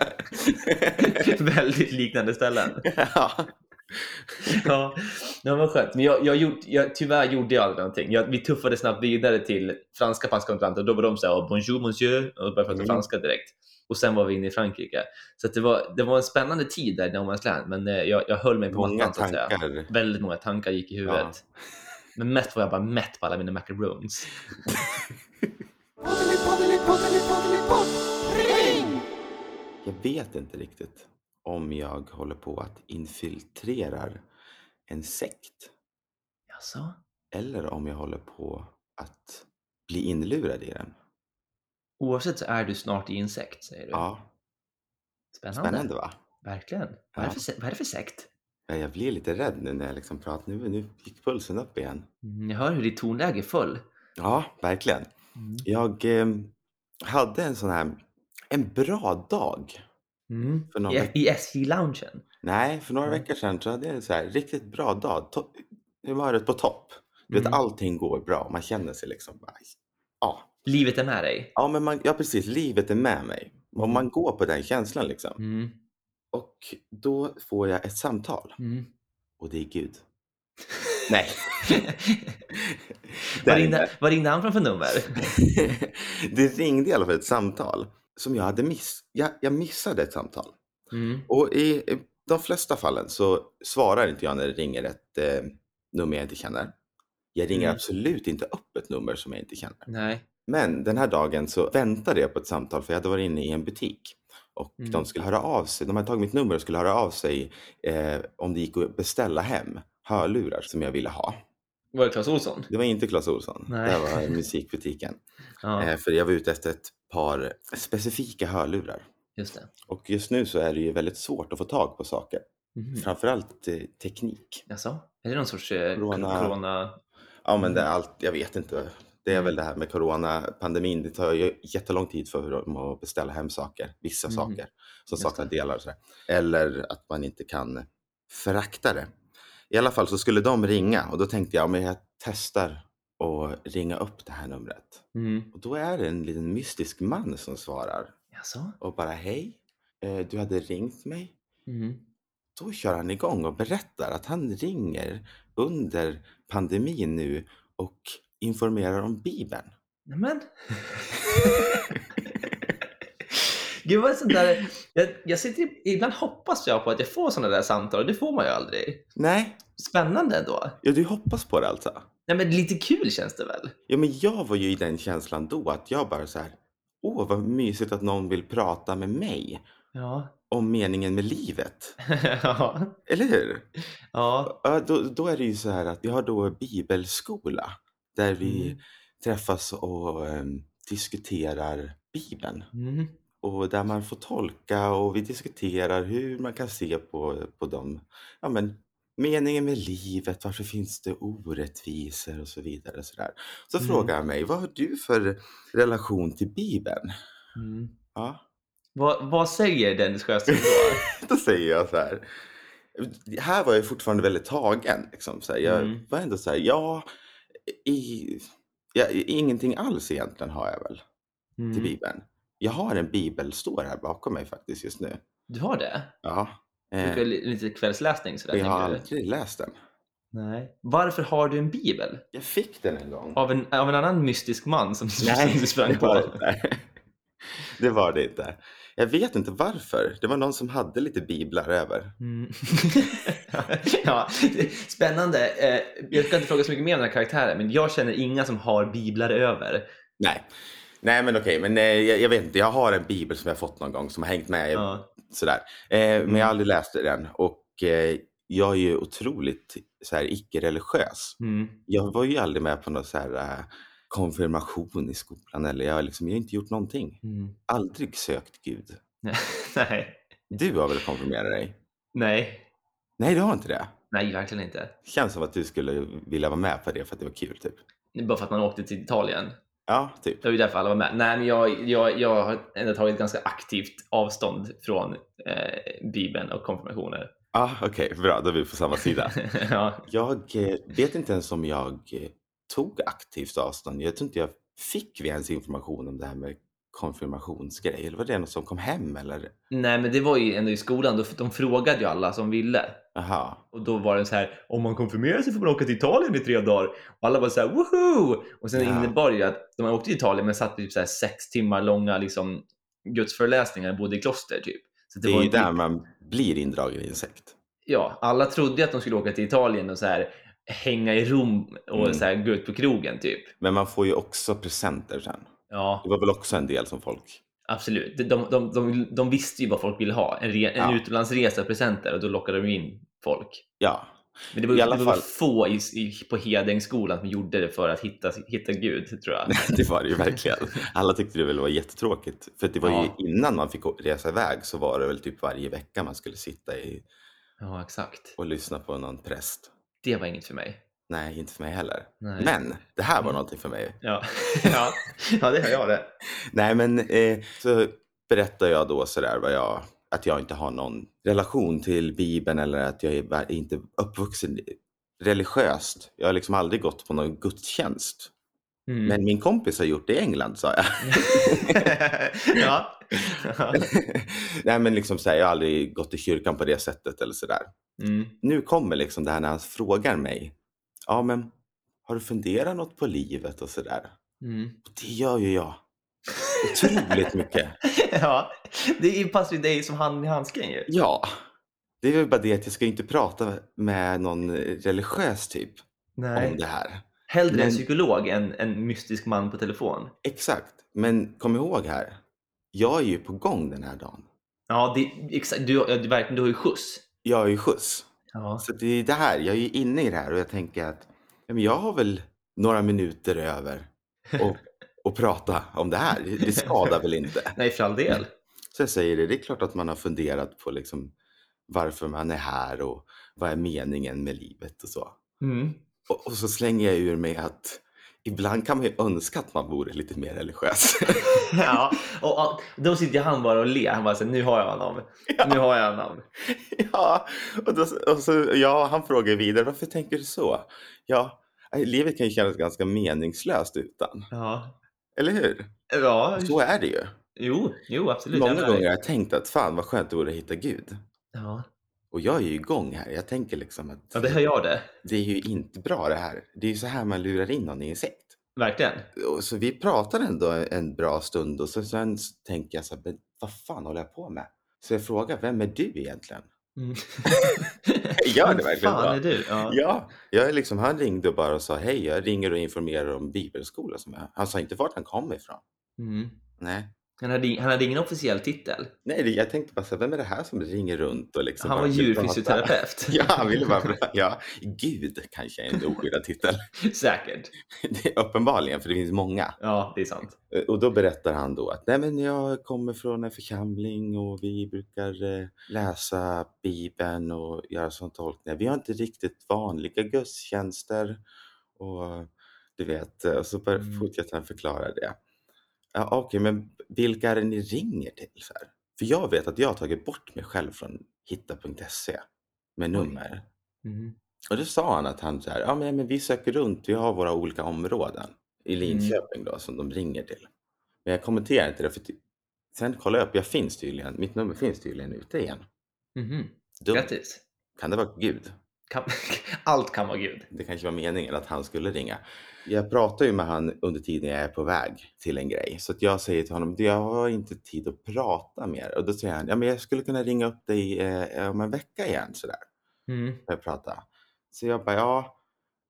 Väldigt liknande ställen. Ja. Ja, det var skönt. Men jag, jag, gjort, jag tyvärr gjorde jag aldrig någonting. Jag, vi tuffade snabbt vidare till franska passkontrollanter och då var de så här, bonjour monsieur, och började prata Mm. franska direkt. Och sen var vi inne i Frankrike. Så att det, var, det var en spännande tid där i No Man's Land, men eh, jag, jag höll mig på Många mattan så att säga. tankar. Väldigt många tankar gick i huvudet. Men mest var jag bara mätt på alla mina macaroons. Jag vet inte riktigt om jag håller på att infiltrerar en sekt. Jaså? Eller om jag håller på att bli inlurad i den. Oavsett så är du snart i insekt, säger du. Ja, Spännande. spännande va? Verkligen. Vad, är det för, vad är det för sekt? Ja, jag blir lite rädd nu när jag liksom pratar. Nu, nu gick pulsen upp igen. Mm, jag hör hur ditt tonläge föll. Ja, verkligen. Mm. Jag eh, hade en sån här, en bra dag. Mm. För någon I, veck- I S J-loungen. Nej, för några Mm. veckor sedan så hade jag en så här riktigt bra dag. To- humöret på topp. Du vet, Mm. allting går bra. Man känner sig liksom bara, ja. Livet är med dig. Ja, men man, ja, precis. Livet är med mig. Och Mm. man går på den känslan liksom. Mm. Och då får jag ett samtal. Mm. Och det är Gud. Nej. Vad ringde, vad ringde han från för nummer? Det ringde i alla fall ett samtal som jag hade miss. Jag, jag missade ett samtal. Mm. Och i de flesta fallen så svarar inte jag när det ringer ett eh, nummer jag inte känner. Jag ringer Mm. absolut inte upp ett nummer som jag inte känner. Nej. Men den här dagen så väntade jag på ett samtal för jag hade varit inne i en butik. Och Mm. de skulle höra av sig, de hade tagit mitt nummer och skulle höra av sig eh, om det gick att beställa hem hörlurar som jag ville ha. Var det Clas Ohlson? Det var inte Clas Ohlson, Nej. det var musikbutiken. Ja, Eh, för jag var ute efter ett par specifika hörlurar. just det. Och just nu så är det ju väldigt svårt att få tag på saker. Mm. Framförallt eh, teknik. Jaså? Är det någon sorts eh, Corona. corona... Ja men det är allt, jag vet inte. Det är Mm. väl det här med coronapandemin. Det tar ju jättelång tid för dem att beställa hem saker. Vissa Mm. saker som Just saknar det. delar och så här. Eller att man inte kan frakta det. I alla fall så skulle de ringa och då tänkte jag, men jag testar att ringa upp det här numret. Mm. Och då är det en liten mystisk man som svarar Jaså? och bara hej, eh, du hade ringt mig. Mm. Då kör han igång och berättar att han ringer under pandemin nu och informerar om Bibeln. Nämen. Gud vad sånt där... Jag, jag sitter, ibland hoppas jag på att jag får såna där samtal och det får man ju aldrig. Nej, Spännande ändå. ja, du hoppas på det alltså. Nej men lite kul känns det väl? Ja, men jag var ju i den känslan då att jag bara så här, åh vad mysigt att någon vill prata med mig Ja. om meningen med livet. Ja. Eller hur? Ja. Ja, då, då är det ju så här att vi har då bibelskola där vi Mm. träffas och eh, diskuterar Bibeln. Mm. Och där man får tolka och vi diskuterar hur man kan se på, på de ja, men, meningen med livet, varför finns det orättvisor och så vidare. Och så där. Så Mm. frågar han mig, vad har du för relation till Bibeln? Mm. Ja. Vad, vad säger Dennis Sjöström då? Då säger jag så här. Här var jag fortfarande väldigt tagen. Liksom, så här. Jag Mm. var ändå så här, ja, i, ja, ingenting alls egentligen har jag väl till Mm. Bibeln. Jag har en bibel, står här bakom mig faktiskt just nu. Du har det? Ja. Du Eh, får li- lite kvällsläsning sådär, jag har tänker du? aldrig läst den. Nej. Varför har du en bibel? Jag fick den en gång. Av en, av en annan mystisk man som, som Nej, du sprang det var det på? inte. Det var det inte. Jag vet inte varför. Det var någon som hade lite biblar över. Mm. Ja, spännande. Eh, Jag ska inte fråga så mycket mer om den här karaktären, men jag känner inga som har biblar över. Nej. Nej, men okej. Men eh, jag, jag vet inte. Jag har en bibel som jag fått någon gång som har hängt med. Ja. Sådär. Eh, men jag har aldrig läst den. Och eh, jag är ju otroligt så här, icke-religiös. Mm. Jag var ju aldrig med på någon så här, eh, konfirmation i skolan. Eller jag, har liksom, jag har inte gjort någonting. Mm. Aldrig sökt Gud. Nej. Du har väl konfirmerat dig? Nej. Nej, du har inte det. Nej, verkligen inte. Känns som att du skulle vilja vara med på det för att det var kul typ. Det är bara för att man åkte till Italien. Ja, typ. Det var ju därför alla var med. Nej, men jag, jag, jag har ändå tagit ganska aktivt avstånd från eh, Bibeln och konfirmationer. Ja, ah, okej. Okay, bra. Då är vi på samma sida. Ja. Jag eh, vet inte ens om jag eh, tog aktivt avstånd. Jag tror inte jag fick vi ens information om det här med konfirmationsgrej. Eller var det något som kom hem eller? Nej, men det var ju ändå i skolan. Då, de frågade ju alla som ville. Aha. Och då var det så här, om man konfirmerar sig får man åka till Italien i tre dagar. Och alla bara så här, woho! Och sen Ja. innebar det ju att de åkte till Italien men satt typ så här sex timmar långa liksom, gudsföreläsningar, bodde i kloster typ. Så Det, det är ju där man blir indragen i en sekt. Ja, alla trodde att de skulle åka till Italien och så här hänga i Rom och Mm. så här gå ut på krogen typ. Men man får ju också presenter sen. Ja, Det var väl också en del som folk. absolut. De, de, de, de, de visste ju vad folk ville ha. En, re, en Ja. utlandsresa och presenter och då lockade de in folk. Ja, Men det var, I alla det var fall- få i, i, på Hedängsskolan som gjorde det för att hitta, hitta Gud, tror jag. det var det ju verkligen. Alla tyckte det väl var jättetråkigt. För att det var Ja. ju innan man fick resa iväg så var det väl typ varje vecka man skulle sitta i Ja, exakt. och lyssna på någon präst. Det var inget för mig. Nej, inte för mig heller. Nej. Men det här var Mm. någonting för mig. Ja, ja. Ja, det har jag det. Nej, men eh, så berättar jag då sådär vad jag, att jag inte har någon relation till Bibeln eller att jag är inte uppvuxen religiöst. Jag har liksom aldrig gått på någon gudstjänst. Mm. Men min kompis har gjort det i England, sa jag. Ja. Ja. Nej, men liksom så här, jag har aldrig gått i kyrkan på det sättet eller sådär. Mm. Nu kommer liksom det här när han frågar mig. Ja, men har du funderat något på livet och sådär? Mm. Och det gör ju jag. Otroligt mycket. Ja, det passar ju dig som hand i handsken ju. Ja, det är väl bara det att jag ska inte prata med någon religiös typ om det här. Hellre Men- en psykolog än en mystisk man på telefon. Exakt, men kom ihåg här. Jag är ju på gång den här dagen. Ja, det, exakt. Du, du, verkligen, du har ju skjuts. Jag har ju skjuts. Ja. Så det är det här, jag är ju inne i det här och jag tänker att ja, men jag har väl några minuter över och, och prata om det här. Det- Det skadar väl inte. Nej, för all del. Så jag säger det, det är klart att man har funderat på liksom varför man är här och vad är meningen med livet och så. Mm. Och, och så slänger jag ur mig att ibland kan man ju önska att man vore lite mer religiös. Ja, och, och då sitter han bara och ler. Han bara så här, nu har jag honom. Nu har jag honom. Ja, och, då, och så, ja, han frågar vidare, varför tänker du så? Ja, livet kan ju kännas ganska meningslöst utan. Ja. Eller hur? Ja, Så är det ju. jo, jo, absolut. Många Jag gånger har menar- jag tänkt att fan vad skönt det vore att hitta Gud. Ja. Och jag är ju igång här. Jag tänker liksom att Ja, det hör jag det. det är ju inte bra det här. Det är ju så här man lurar in någon i en sekt. Verkligen. Och så vi pratar ändå en bra stund och så sen tänker jag så här, men vad fan håller jag på med? Så jag frågar, vem är du egentligen? Mm. Gör det Vem verkligen fan bra? är du? Ja. Ja, jag är liksom, han ringde och bara sa, hej, jag ringer och informerar om bibelskola. Som jag. Han sa inte vart han kom ifrån. Mm. Nej. Han hade, han hade ingen officiell titel. Nej, det- jag tänkte bara så här, vem är det här som ringer runt och liksom Han bara var vill djurfysioterapeut. prata? Ja, han ville bara prata. Ja, Gud kanske är en oskyddad titel. Säkert. Det är uppenbarligen, för det finns många. Ja, det är sant. Och då berättar han då att nej, men jag kommer från en församling och vi brukar eh, läsa Bibeln och göra sån tolkningar. Vi har inte riktigt vanliga gudstjänster och du vet, och så bör, Mm. fortsätter han förklara det. Ja, okej, men vilka är det ni ringer till? Så här? För jag vet att jag har tagit bort mig själv från hitta punkt se med nummer. Mm. Och då sa han att han så här, ja men, men vi söker runt, vi har våra olika områden i Linköping då som de ringer till. Men jag kommenterar inte det för ty- sen kollar jag upp, jag finns tydligen, mitt nummer finns tydligen ute igen. Mhm. Dumt. Grattis. Kan det vara Gud? Kan, allt kan vara Gud. Det kanske var meningen att han skulle ringa. Jag pratar ju med han under tiden jag är på väg till en grej. Så att jag säger till honom, jag har inte tid att prata mer. Och då säger han, ja men jag skulle kunna ringa upp dig eh, om en vecka igen sådär. Mm. För att prata. Så jag bara, ja.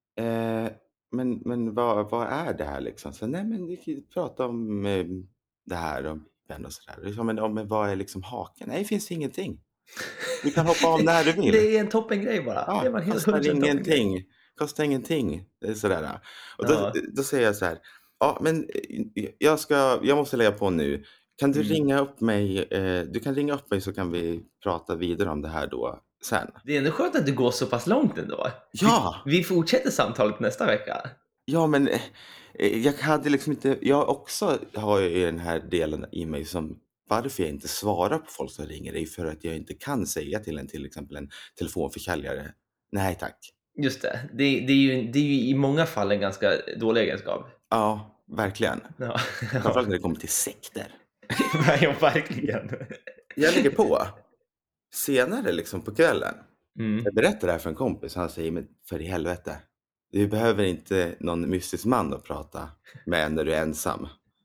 Eh, men men vad, vad är det här liksom? Så nej men vi kan prata om eh, det här om vän och sådär. Så, men, ja, men vad är liksom haken? Nej, det finns ingenting. Du kan hoppa av när du vill. Det är en toppengrej bara. Ja, det var en helt kostar hundra procent toppengrej. ingenting. Kostar ingenting. Det är sådär. Och då, Ja. då säger jag så här. Ja, men eh, jag, ska, jag måste lägga på nu. Kan du Mm. ringa upp mig? Eh, du kan ringa upp mig så kan vi prata vidare om det här då sen. Det är ändå skönt att du går så pass långt ändå. Ja, Vi, vi fortsätter samtalet nästa vecka. ja men eh, jag hade liksom inte, jag också har ju den här delen i mig som varför jag inte svarar på folk som ringer är för att jag inte kan säga till en till exempel en telefonförsäljare nej tack. Just det. Det, det, är ju, det är ju i många fall en ganska dålig egenskap. Ja, verkligen. Ja, Framförallt när det kommer till sekter. ja verkligen. Jag lägger på senare liksom på kvällen. Mm. Jag berättar det här för en kompis. Han säger, men för i helvete. Du behöver inte någon mystisk man att prata med när du är ensam.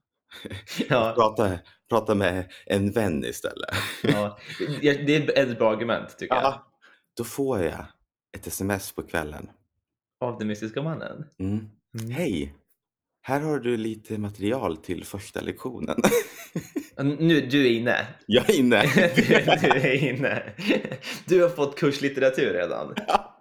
Ja, Prata, prata med en vän istället. ja. Ja, det är ett bra argument tycker jag. Ja, då får jag ett sms på kvällen. Av den mystiska mannen. Mm. Mm. Hej, här har du lite material till första lektionen. Nu, du är inne. Jag är inne. du, du är inne. Du har fått kurslitteratur redan.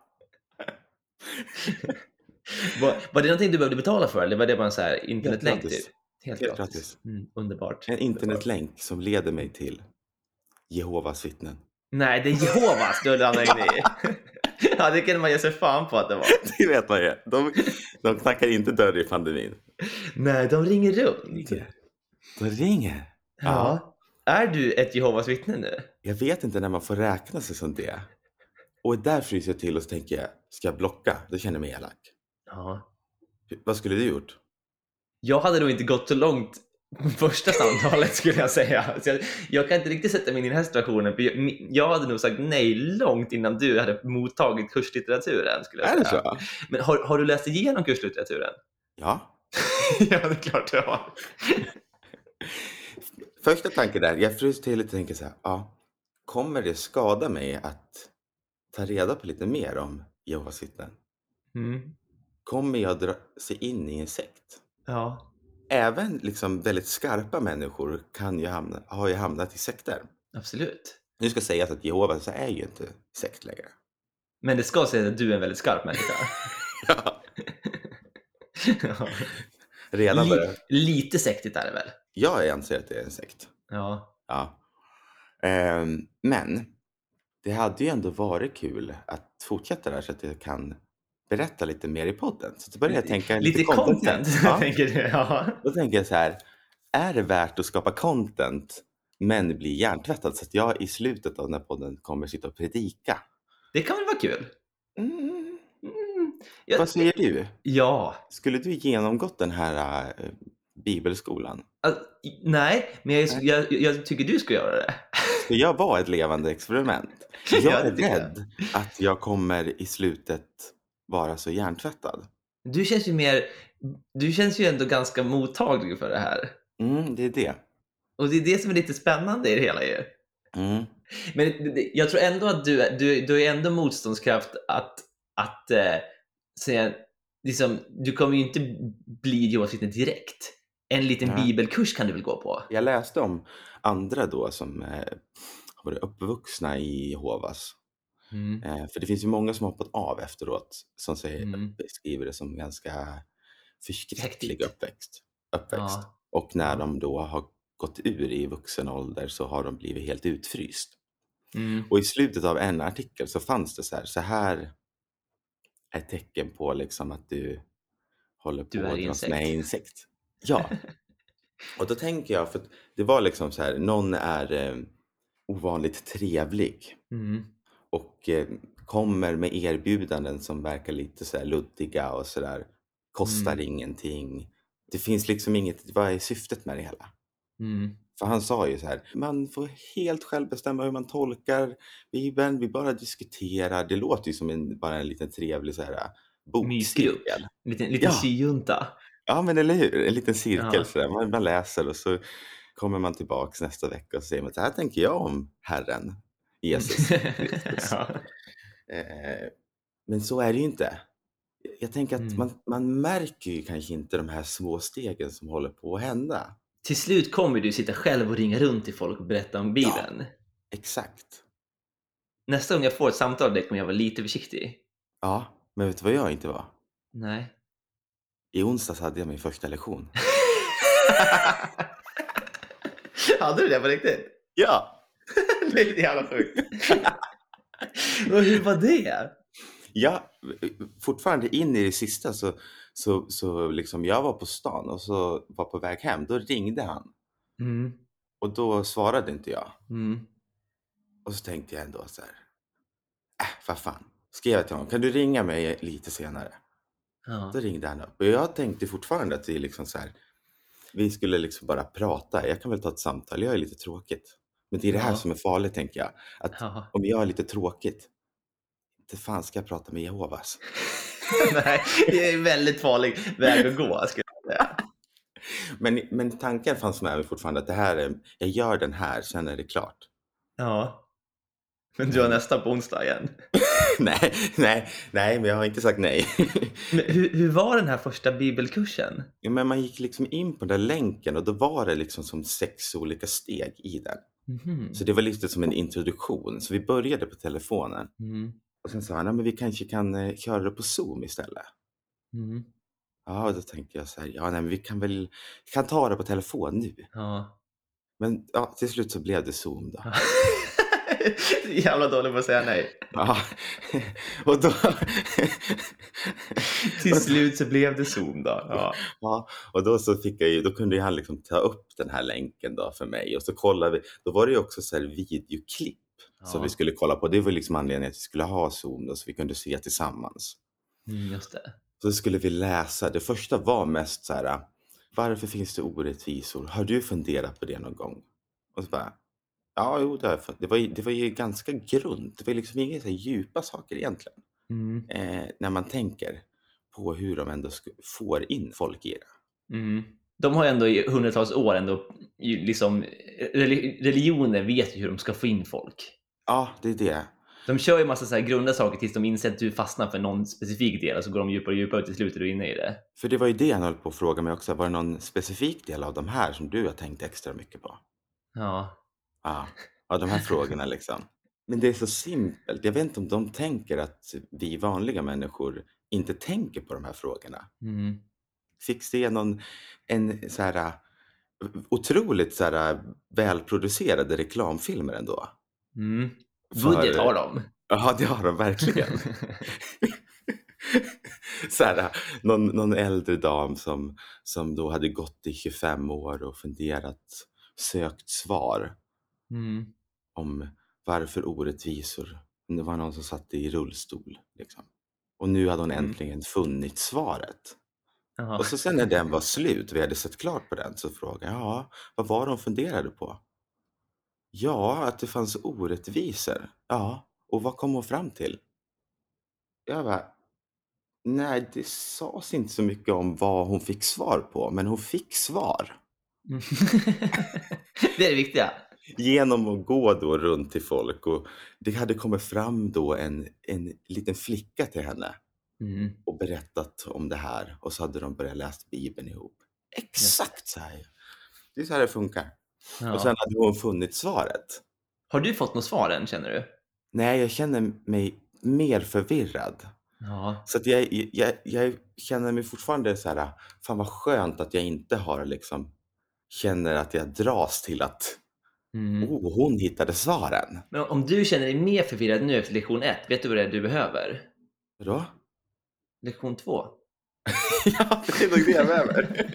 Var, var det någonting du behövde betala för eller var det bara en så här internetlänk gratis. typ? Helt, Helt gratis. gratis. Mm, underbart. En internetlänk som leder mig till Jehovas vittnen. Nej, det är Jehovas du har landat in i. Ja, det kan man ge sig fan på att det var. Det vet man ju. De, de knackar inte dörr i pandemin. Nej, de ringer runt. De ringer. Ja. Är du ett Jehovas vittne nu? Jag vet inte när man får räkna sig som det. Och där fryser jag till och så tänker jag, ska jag blocka? Då känner jag mig elak. Ja. Vad skulle du gjort? Jag hade nog inte gått så långt på första samtalet skulle jag säga. Så jag, jag kan inte riktigt sätta mig in i den här situationen. För jag, jag hade nog sagt nej långt innan du hade mottagit kurslitteraturen. Skulle jag Är det säga. så? Men har, har du läst igenom kurslitteraturen? Ja. Ja, det är klart du har. Första tanken där, jag fryser till och tänker så här, ja, kommer det skada mig att ta reda på lite mer om Jehovas vittnen? Mm. Kommer jag dra sig in i en sekt? Ja. Även liksom väldigt skarpa människor kan ju hamna, har ju hamnat i sekter. Absolut. Nu ska sägas att Jehovas är ju inte sekt längre. Men det ska säga att du är en väldigt skarp människa. Ja, Ja. redan börjar. Li- lite sektigt är det väl? Jag anser att det är en sekt. Ja. Ja. Ehm, men det hade ju ändå varit kul att fortsätta där så att jag kan berätta lite mer i podden. Så då börjar jag tänka Lite, lite content, Ja. tänker du. Ja. Då tänker jag så här, är det värt att skapa content men bli hjärntvättad så att jag i slutet av den här podden kommer sitta och predika? Det kan väl vara kul? Mm. Mm. Jag, Vad säger du? ja. Skulle du genomgått den här äh, bibelskolan? Alltså, nej, men jag, jag, jag tycker du ska göra det. Ska jag vara ett levande experiment? Jag Ja, är det tycker jag. rädd att jag kommer i slutet vara så hjärntvättad. Du känns ju mer, du känns ju ändå ganska mottaglig för det här. Mm, det är det. Och det är det som är lite spännande i det hela ju. Mm. Men det- det- jag tror ändå att du, du, du är ändå motståndskraft att, att eh, säga, liksom, du kommer ju inte bli Jehovas vittne direkt. en liten Ja. bibelkurs kan du väl gå på? Jag läste om andra då som eh, har varit uppvuxna i Jehovas. Mm. Eh, för det finns ju många som har hoppat av efteråt som säger, Mm. beskriver det som ganska förskräcklig Häftigt. uppväxt. uppväxt. Ja. Och när Ja. de då har gått ur i vuxen ålder så har de blivit helt utfryst. Mm. Och i slutet av en artikel så fanns det så här, så här är ett tecken på liksom att du håller Du på är att dras med insekt. i insekt. Ja, och då tänker jag, för att det var liksom så här, någon är eh, ovanligt trevlig Mm. och eh, kommer med erbjudanden som verkar lite så här luddiga och så där. Kostar Mm. ingenting. Det finns liksom inget, vad är syftet med det hela? Mm. För han sa ju så här, man får helt själv bestämma hur man tolkar Bibeln, vi bara diskuterar. Det låter ju som en, bara en liten trevlig så här Mysgrupp. bokcirkel. En liten, liten Ja. syjunta. Ja, men eller hur? En liten cirkel Ja. så där. Man, man läser och så kommer man tillbaks nästa vecka och säger man, så här tänker jag om Herren, Jesus Kristus. Ja. Eh, men så är det ju inte. Jag tänker att Mm. man, man märker ju kanske inte de här små stegen som håller på att hända. Till slut kommer du sitta själv och ringa runt till folk och berätta om Bibeln. Exakt. Nästa gång jag får ett samtal av dig kommer jag vara lite försiktig. Ja, men vet du vad jag inte var? Nej. I onsdags hade jag min första lektion. Hade du det på riktigt? Ja! Det är lite jävla sjukt. Och hur var det? Ja, fortfarande in i det sista så, så, så liksom jag var på stan och så var på väg hem. Då ringde han Mm. och då svarade inte jag. Mm. Och så tänkte jag ändå så här, äh, vad fan. Skrev jag till honom, kan du ringa mig lite senare? Ja. Då ringde han upp och jag tänkte fortfarande att vi liksom så här, vi skulle liksom bara prata. Jag kan väl ta ett samtal, jag är lite tråkigt. Men det är det här Ja. som är farligt, tänker jag. Att Ja. om jag är lite tråkigt, inte fan ska jag prata med Jehovas. Nej, det är en väldigt farlig väg att gå, skulle jag säga. Men, men tanken fanns med mig fortfarande att det här är, jag gör den här, sen är det klart. Ja. Men du har nästa på onsdag igen. nej, nej, nej, men jag har inte sagt nej. Men hur, hur var den här första bibelkursen? Ja, men man gick liksom in på den där länken och då var det liksom som sex olika steg i den. Mhm. Så det var lite som en introduktion. Så vi började på telefonen. Mm. Och sen sa han, ja, men vi kanske kan eh, köra det på Zoom istället. Mm. Ja, då tänkte jag så här, ja, nej, men vi kan väl vi kan ta det på telefon nu. Ja. Men ja, till slut så blev det Zoom då. Jävla dålig på att säga nej. Ja, och då... Till slut så blev det Zoom då. Ja. Ja, och då så fick jag ju, då kunde ju han liksom ta upp den här länken då för mig och så kollade vi, då var det ju också så här videoklipp som Ja. vi skulle kolla på. Det var liksom anledningen att vi skulle ha Zoom då så vi kunde se tillsammans. Mm, just det. Så skulle vi läsa, det första var mest så här, varför finns det orättvisor? Har du funderat på det någon gång? Och så bara, ja, jo, det, har jag fun- det, var, ju- det var ju ganska grund. Det var liksom inga så här djupa saker egentligen. Mm. Eh, när man tänker på hur de ändå sk- får in folk i det. Mm. De har ändå i hundratals år ändå ju liksom, reli- religioner vet ju hur de ska få in folk. Ja, det är det. De kör ju massa så här grunda saker tills de inser att du fastnar för någon specifik del och så går de djupare och djupare och till slut är du inne i det. För det var ju det han höll på att fråga mig också. Var det någon specifik del av de här som du har tänkt extra mycket på? Ja. Ja, ja de här frågorna liksom. Men det är så simpelt. Jag vet inte om de tänker att vi vanliga människor inte tänker på de här frågorna. Mm. Fick se någon, en så här otroligt så här välproducerade reklamfilmer ändå. Mm. För- Budget har de. Ja, det har de verkligen. Så här, någon, någon äldre dam som, som då hade gått i tjugofem år och funderat, sökt svar Mm. om varför orättvisor. Det var någon som satt i rullstol. Liksom. Och nu hade hon Mm. äntligen funnit svaret. Ja. Och så sen när den var slut och vi hade sett klart på den så frågade jag, ja, vad var de funderade på? Ja, att det fanns orättvisor. Ja, och vad kom hon fram till? Jag bara, nej, det sades inte så mycket om vad hon fick svar på, men hon fick svar. Mm. Det är det viktiga. Genom att gå då runt till folk och det hade kommit fram då en, en liten flicka till henne Mm. och berättat om det här och så hade de börjat läsa Bibeln ihop. Exakt så här. Det är så här det funkar. Ja. Och sen hade hon funnit svaret. Har du fått något svar än, känner du? Nej, jag känner mig mer förvirrad. Ja. Så att jag, jag, jag känner mig fortfarande så här, fan vad skönt att jag inte har liksom, känner att jag dras till att Mm. oh, hon hittade svaren. Men om du känner dig mer förvirrad nu efter lektion ett, vet du vad det är du behöver? Vadå? Lektion två. Ja, det är nog det jag behöver.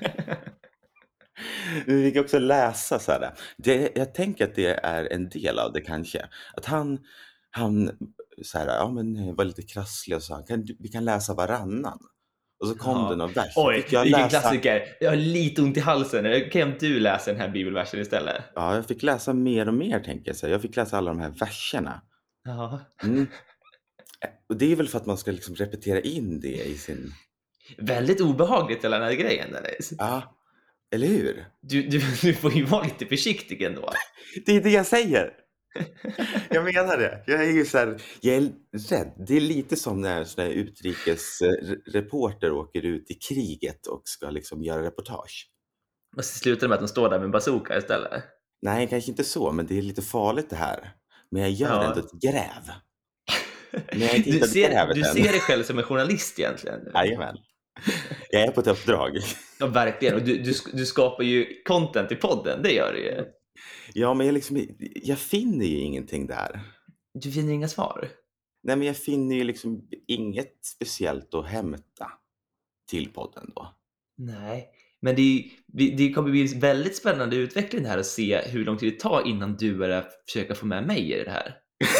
Vi fick också läsa så här. Det, jag tänker att det är en del av det kanske. Att han, han så här, ja, men var lite krasslig och sa kan, vi kan läsa varannan. Och så kom Ja. det någon vers. Oj, Fick jag vilken läsa... klassiker. Jag har lite ont i halsen. Kan du läsa den här bibelversen istället? Ja, jag fick läsa mer och mer tänker jag. Så jag fick läsa alla de här verserna. Ja. Mm. Och det är väl för att man ska liksom repetera in det i sin... Väldigt obehagligt hela den här grejen, Dennis. Ja, eller hur? Du, du, du får ju vara lite försiktig ändå. Det är det jag säger. Jag menar det. Jag är ju så här, jag är rädd. Det är lite som när en sån här utrikesreporter åker ut i kriget och ska liksom göra reportage. Och så slutar det med att de står där med bazooka istället. Nej, kanske inte så, men det är lite farligt det här. Men jag gör Ja. ändå ett gräv. Men jag har inte Du hittat ser, grävet du än. ser dig själv som en journalist egentligen. Jajamän. Jag är på ett uppdrag. Ja, verkligen. Och du, du, du skapar ju content i podden, det gör du ju. Ja, men jag, liksom, jag finner ju ingenting där. Du finner inga svar. Nej, men jag finner ju liksom inget speciellt att hämta till podden då. Nej, men det, det kommer bli en väldigt spännande utveckling här att se hur lång tid det tar innan du börjar försöka få med mig i det här.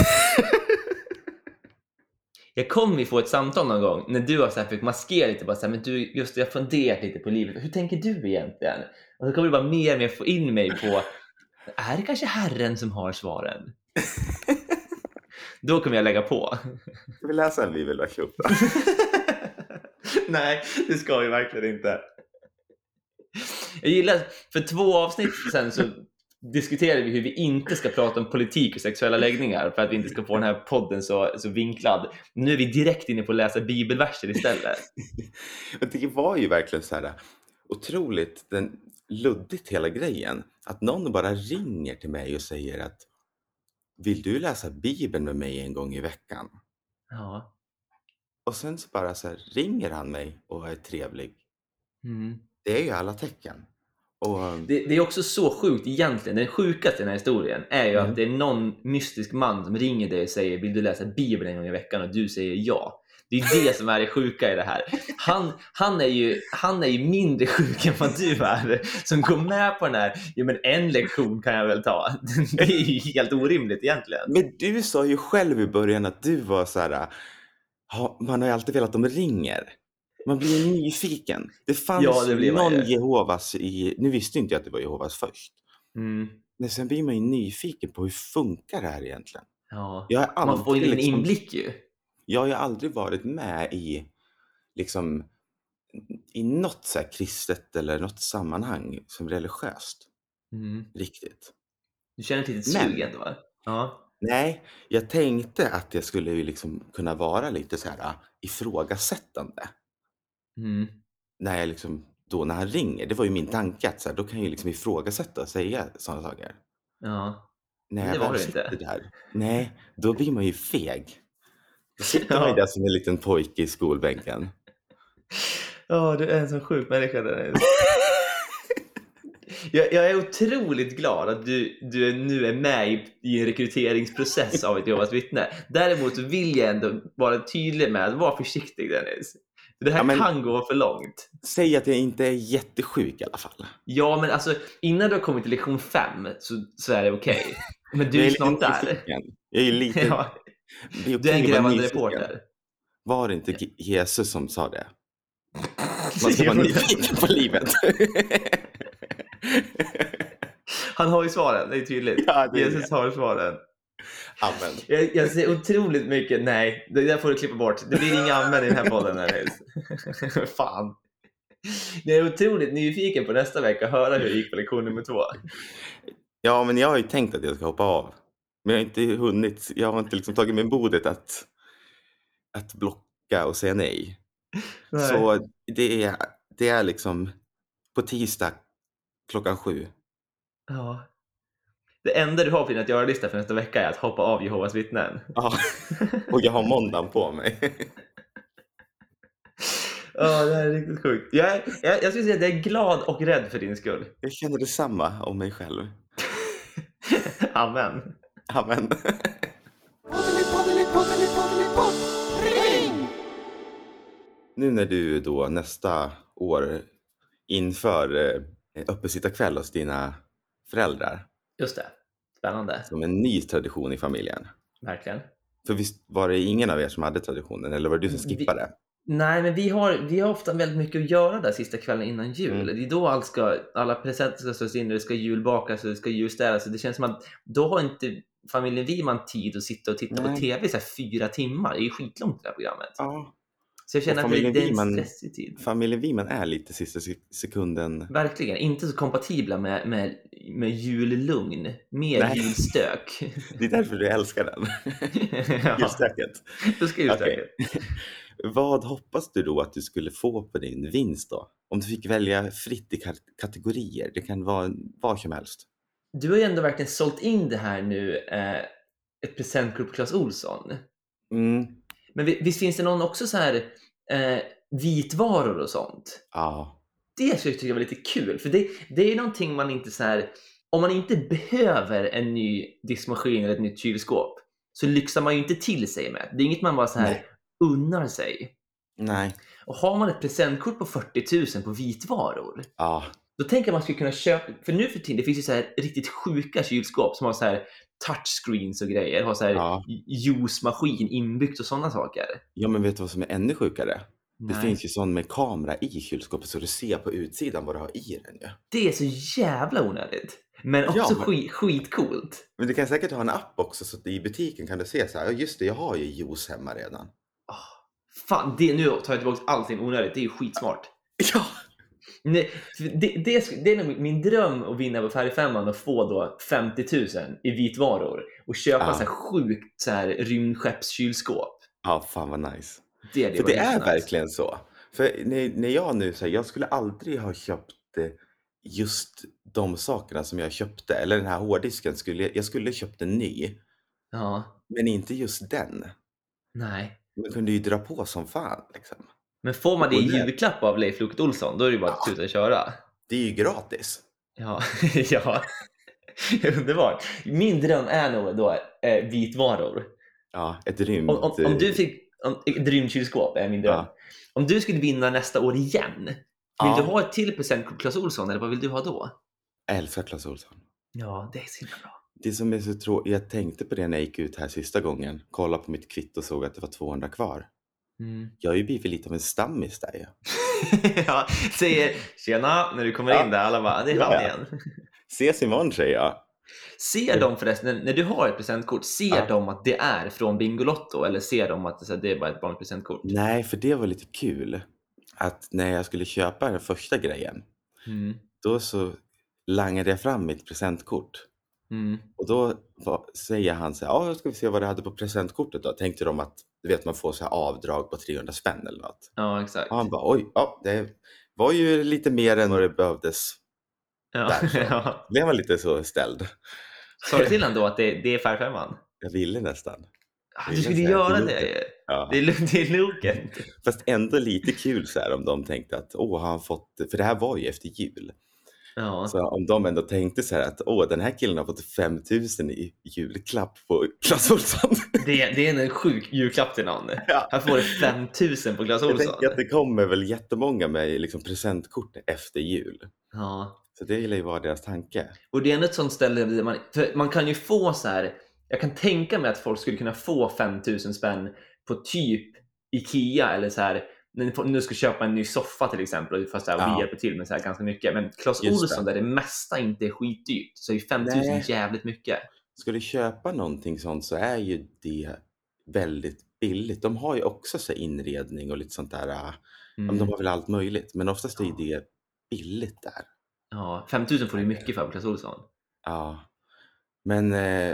Jag kommer ju få ett samtal någon gång när du har så här försökt maskera lite, bara så här, men du, just det, jag har funderat lite på livet. Hur tänker du egentligen? Och så kommer du bara mer och mer få in mig på, är det kanske Herren som har svaren? Då kommer jag lägga på. Ska vi läsa en bibelvers upp då? Nej, det ska vi verkligen inte. Jag gillar, för två avsnitt sen så diskuterade vi hur vi inte ska prata om politik och sexuella läggningar för att vi inte ska få den här podden så, så vinklad. Nu är vi direkt inne på att läsa bibelverser istället. Det var ju verkligen så här otroligt den, luddigt hela grejen. Att någon bara ringer till mig och säger att vill du läsa Bibeln med mig en gång i veckan? Ja. Och sen så bara så här, ringer han mig och är trevlig. Mm. Det är ju alla tecken. Och, Det, det är också så sjukt egentligen. Den sjukaste i den här historien är ju Mm. att det är någon mystisk man som ringer dig och säger vill du läsa Bibeln en gång i veckan och du säger ja. Det är det som är det sjuka i det här. Han, han, är ju, han är ju mindre sjuk än vad du är som går med på den här. Ja, men en lektion kan jag väl ta. Det är ju helt orimligt egentligen. men du sa ju själv i början att du var så här, ha, man har ju alltid velat att de ringer. Man blir ju nyfiken. Det fanns Ja, det blir man någon ju. Jehovas i, nu visste inte jag att det var Jehovas först. Mm. Men sen blir man ju nyfiken på hur funkar det här egentligen. Ja. Jag har Man får ju aldrig en liksom- inblick ju. Jag har ju aldrig varit med i liksom i något så här kristet eller något sammanhang som religiöst Mm. riktigt. Du känner ett litet Men- sug ändå, va? Ja. Nej, jag tänkte att jag skulle ju liksom kunna vara lite så här ifrågasättande. Mm. När jag liksom, då när han ringer, det var ju min tanke att så här, då kan jag ju liksom ifrågasätta och säga sådana saker. Ja. När Det jag var väl du sitter inte. där, nej, då blir man ju feg. Då sitter Ja. man ju där som en liten pojke i skolbänken. Ja, du är en så sjuk människa, Dennis. jag, jag är otroligt glad att du, du nu är med i, i en rekryteringsprocess av ett Jehovas vittne. Däremot så vill jag ändå vara tydlig med att vara försiktig, Dennis. För det här Ja, men- kan gå för långt. Säg att jag inte är jättesjuk i alla fall. Ja, men alltså innan du har kommit till lektion fem så, så är det okej. Men du Jag är lite snart där. nyfiken. Jag är ju lite... Ja, det är du är en okej att vara grävande nyfiken. reporter. Var det inte G- Jesus som sa det? Man ska vara nyfiken på livet. Han har ju svaren, det är tydligt. Ja, det är Jesus har svaren. Amen. Jag, jag ser otroligt mycket, nej, det där får du klippa bort. Det blir inga amen i den här podden. Här. Fan. Jag är otroligt nyfiken på nästa vecka att höra hur det gick på lektion nummer två. Ja, men jag har ju tänkt att jag ska hoppa av. Men jag har inte hunnit. Jag har inte liksom tagit mig modet att, att blocka och säga nej. Nej. Så det är, det är liksom på tisdag klockan sju. Ja. Det enda du har på din att göra-lista för nästa vecka är att hoppa av Jehovas vittnen. Ja, och jag har måndagen på mig. Ja, det här är riktigt sjukt. Jag, är, jag, jag skulle säga att jag är glad och rädd för din skull. Jag känner detsamma om mig själv. Amen. Amen. Nu när du då nästa år inför eh, uppesittarkväll hos dina föräldrar. Just det. Spännande. Som en ny tradition i familjen. Verkligen. För visst var det ingen av er som hade traditionen, eller var det du som skippade? Vi, nej, men vi har, vi har ofta väldigt mycket att göra där sista kvällen innan jul. Mm. Det är då allt ska, alla presenter ska slås in och det ska julbakas och det ska julstädas. Det känns som att då har inte familjen Wiman tid att sitta och titta Nej. på tv i så här fyra timmar. Det är ju skitlångt det här programmet. Ja. Så jag känner Och att det, det är en Wiman- stressig tid. Familjen Wiman är lite sista sek- sekunden. Verkligen, inte så kompatibla med, med, med jullugn. Mer Nej. julstök. Det är därför du älskar den. Ja, Julstöket. då ska julstöket. Okej. Vad hoppas du då att du skulle få på din vinst då? Om du fick välja fritt i kat- kategorier. Det kan vara vad som helst. Du har ju ändå verkligen sålt in det här nu. Eh, ett presentkort på Clas Ohlson. Mm. Men vi- visst finns det någon också så här eh, vitvaror och sånt? Ja. Det skulle jag tycka var lite kul. För det, det är någonting man inte så här... Om man inte behöver en ny diskmaskin eller ett nytt kylskåp så lyxar man ju inte till sig med. Det är inget man bara så här Nej. unnar sig. Nej. Och har man ett presentkort på fyrtio tusen på vitvaror, Ja. då tänker jag man skulle kunna köpa... För nu för tiden, det finns ju så här riktigt sjuka kylskåp som har så här touchscreens och grejer. Har så här Ja. juicemaskin inbyggt och sådana saker. Ja, men vet du vad som är ännu sjukare? Det Nej. finns ju sån med kamera i kylskåpet så du ser på utsidan vad du har i den. Ja. Det är så jävla onödigt. Men också Ja, men- skit, skitcoolt. Men du kan säkert ha en app också så att i butiken kan du se så här. Ja, just det, jag har ju juice hemma redan. Fan, det, nu tar jag tillbaka allting onödigt. Det är ju skitsmart. Ja. Nej, för det, det, det är nog min dröm att vinna på Färgfemman och få då femtio tusen i vitvaror och köpa Ja. så här sjukt så här rymdskeppskylskåp. Ja, fan vad nice. Det, det För var det är riktigt nice. verkligen så. För när, när jag nu säger, jag skulle aldrig ha köpt eh, just de sakerna som jag köpte. Eller den här hårddisken, skulle, jag skulle ha köpt en ny. Ja, Men inte just den. nej. Man kunde ju dra på som fan liksom. Men får man det i Och det- julklapp av Leif Loket Olsson, då är det ju bara att sluta köra. Det är ju gratis. Ja, ja. Underbart. Min dröm är nog då eh, vitvaror. Ja, ett rymd. Om, om, om du fick om, ett rymdkylskåp är min dröm. Ja. Om du skulle vinna nästa år igen, vill Ja. du ha ett till presentkort på Clas Ohlson eller vad vill du ha då? Jag älskar Clas Ohlson. Ja, det är så himla bra. Det som är så tråkigt, jag tänkte på det när jag gick ut här sista gången. Kolla på mitt kvitto och såg att det var tvåhundra kvar. Mm. Jag har ju blivit lite av en stammis där. Ja. Ja, säger tjena när du kommer Ja. in där. Alla bara, det är Ja, han ja. igen. Ses imorgon säger jag. Ser de förresten, när- när du har ett presentkort, ser Ja. de att det är från Bingolotto eller ser de att det så här, det är bara ett vanligt presentkort? Nej, för det var lite kul. Att när jag skulle köpa den första grejen. Mm. Då så langade jag fram mitt presentkort. Mm. Och då var, säger han så här, ja, ska vi se vad du hade på presentkortet då. Tänkte de att, du vet, man får så här avdrag på trehundra spänn eller något. Ja, exakt. Och han bara, oj, ja, det var ju lite mer än vad det behövdes. Ja. Där, så. Ja. Blev man lite så ställd. Sa du till honom då att det, det är Färgfemman? Jag ville nästan. Ah, Det är du skulle nästan göra till det Loket. ju. Ja. Det är, lo- det är loket. Fast ändå lite kul så här om de tänkte att, åh, har han fått, för det här var ju efter jul. Ja. Så om de ändå tänkte så här att, åh, den här killen har fått fem tusen i julklapp på Clas Ohlson. Det, det är en sjuk julklapp till någon. Ja. Här får du fem tusen på Clas Jag Ohlson. tänker att det kommer väl jättemånga med liksom presentkort efter jul. Ja. Så det gillar ju vara deras tanke. Och det är ändå ett sånt ställe där man, för man kan ju få så här. Jag kan tänka mig att folk skulle kunna få fem tusen spänn på typ Ikea eller så här. När du ska köpa en ny soffa till exempel, fast så här, och Ja. vi hjälper till med så här ganska mycket. Men Clas Just Ohlson det. där det mesta inte är skitdyrt, så är ju fem tusen Nej. jävligt mycket. Ska du köpa någonting sånt så är ju det väldigt billigt. De har ju också så här inredning och lite sånt där. äh, Mm. De har väl allt möjligt. Men oftast är ju det billigt där. Ja, fem tusen får du mycket för på Clas Ohlson. Ja. Men eh,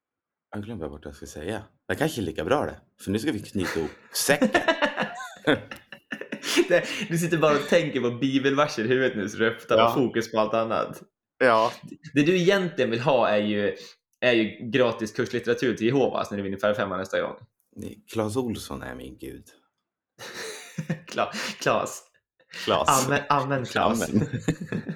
jag glömde bort vad jag ska säga. Det kanske är lika bra det. För nu ska vi knyta ihop säcken. det, du sitter bara och tänker på bibelverser i huvudet nu så du tappar Ja. fokus på allt annat. Ja. Det du egentligen vill ha är ju, är ju gratis kurslitteratur till Jehovas när du vinner Färg femma nästa gång. Claes Olsson är min gud. Kla, Klas. Klas. Amen, amen Klas. Amen.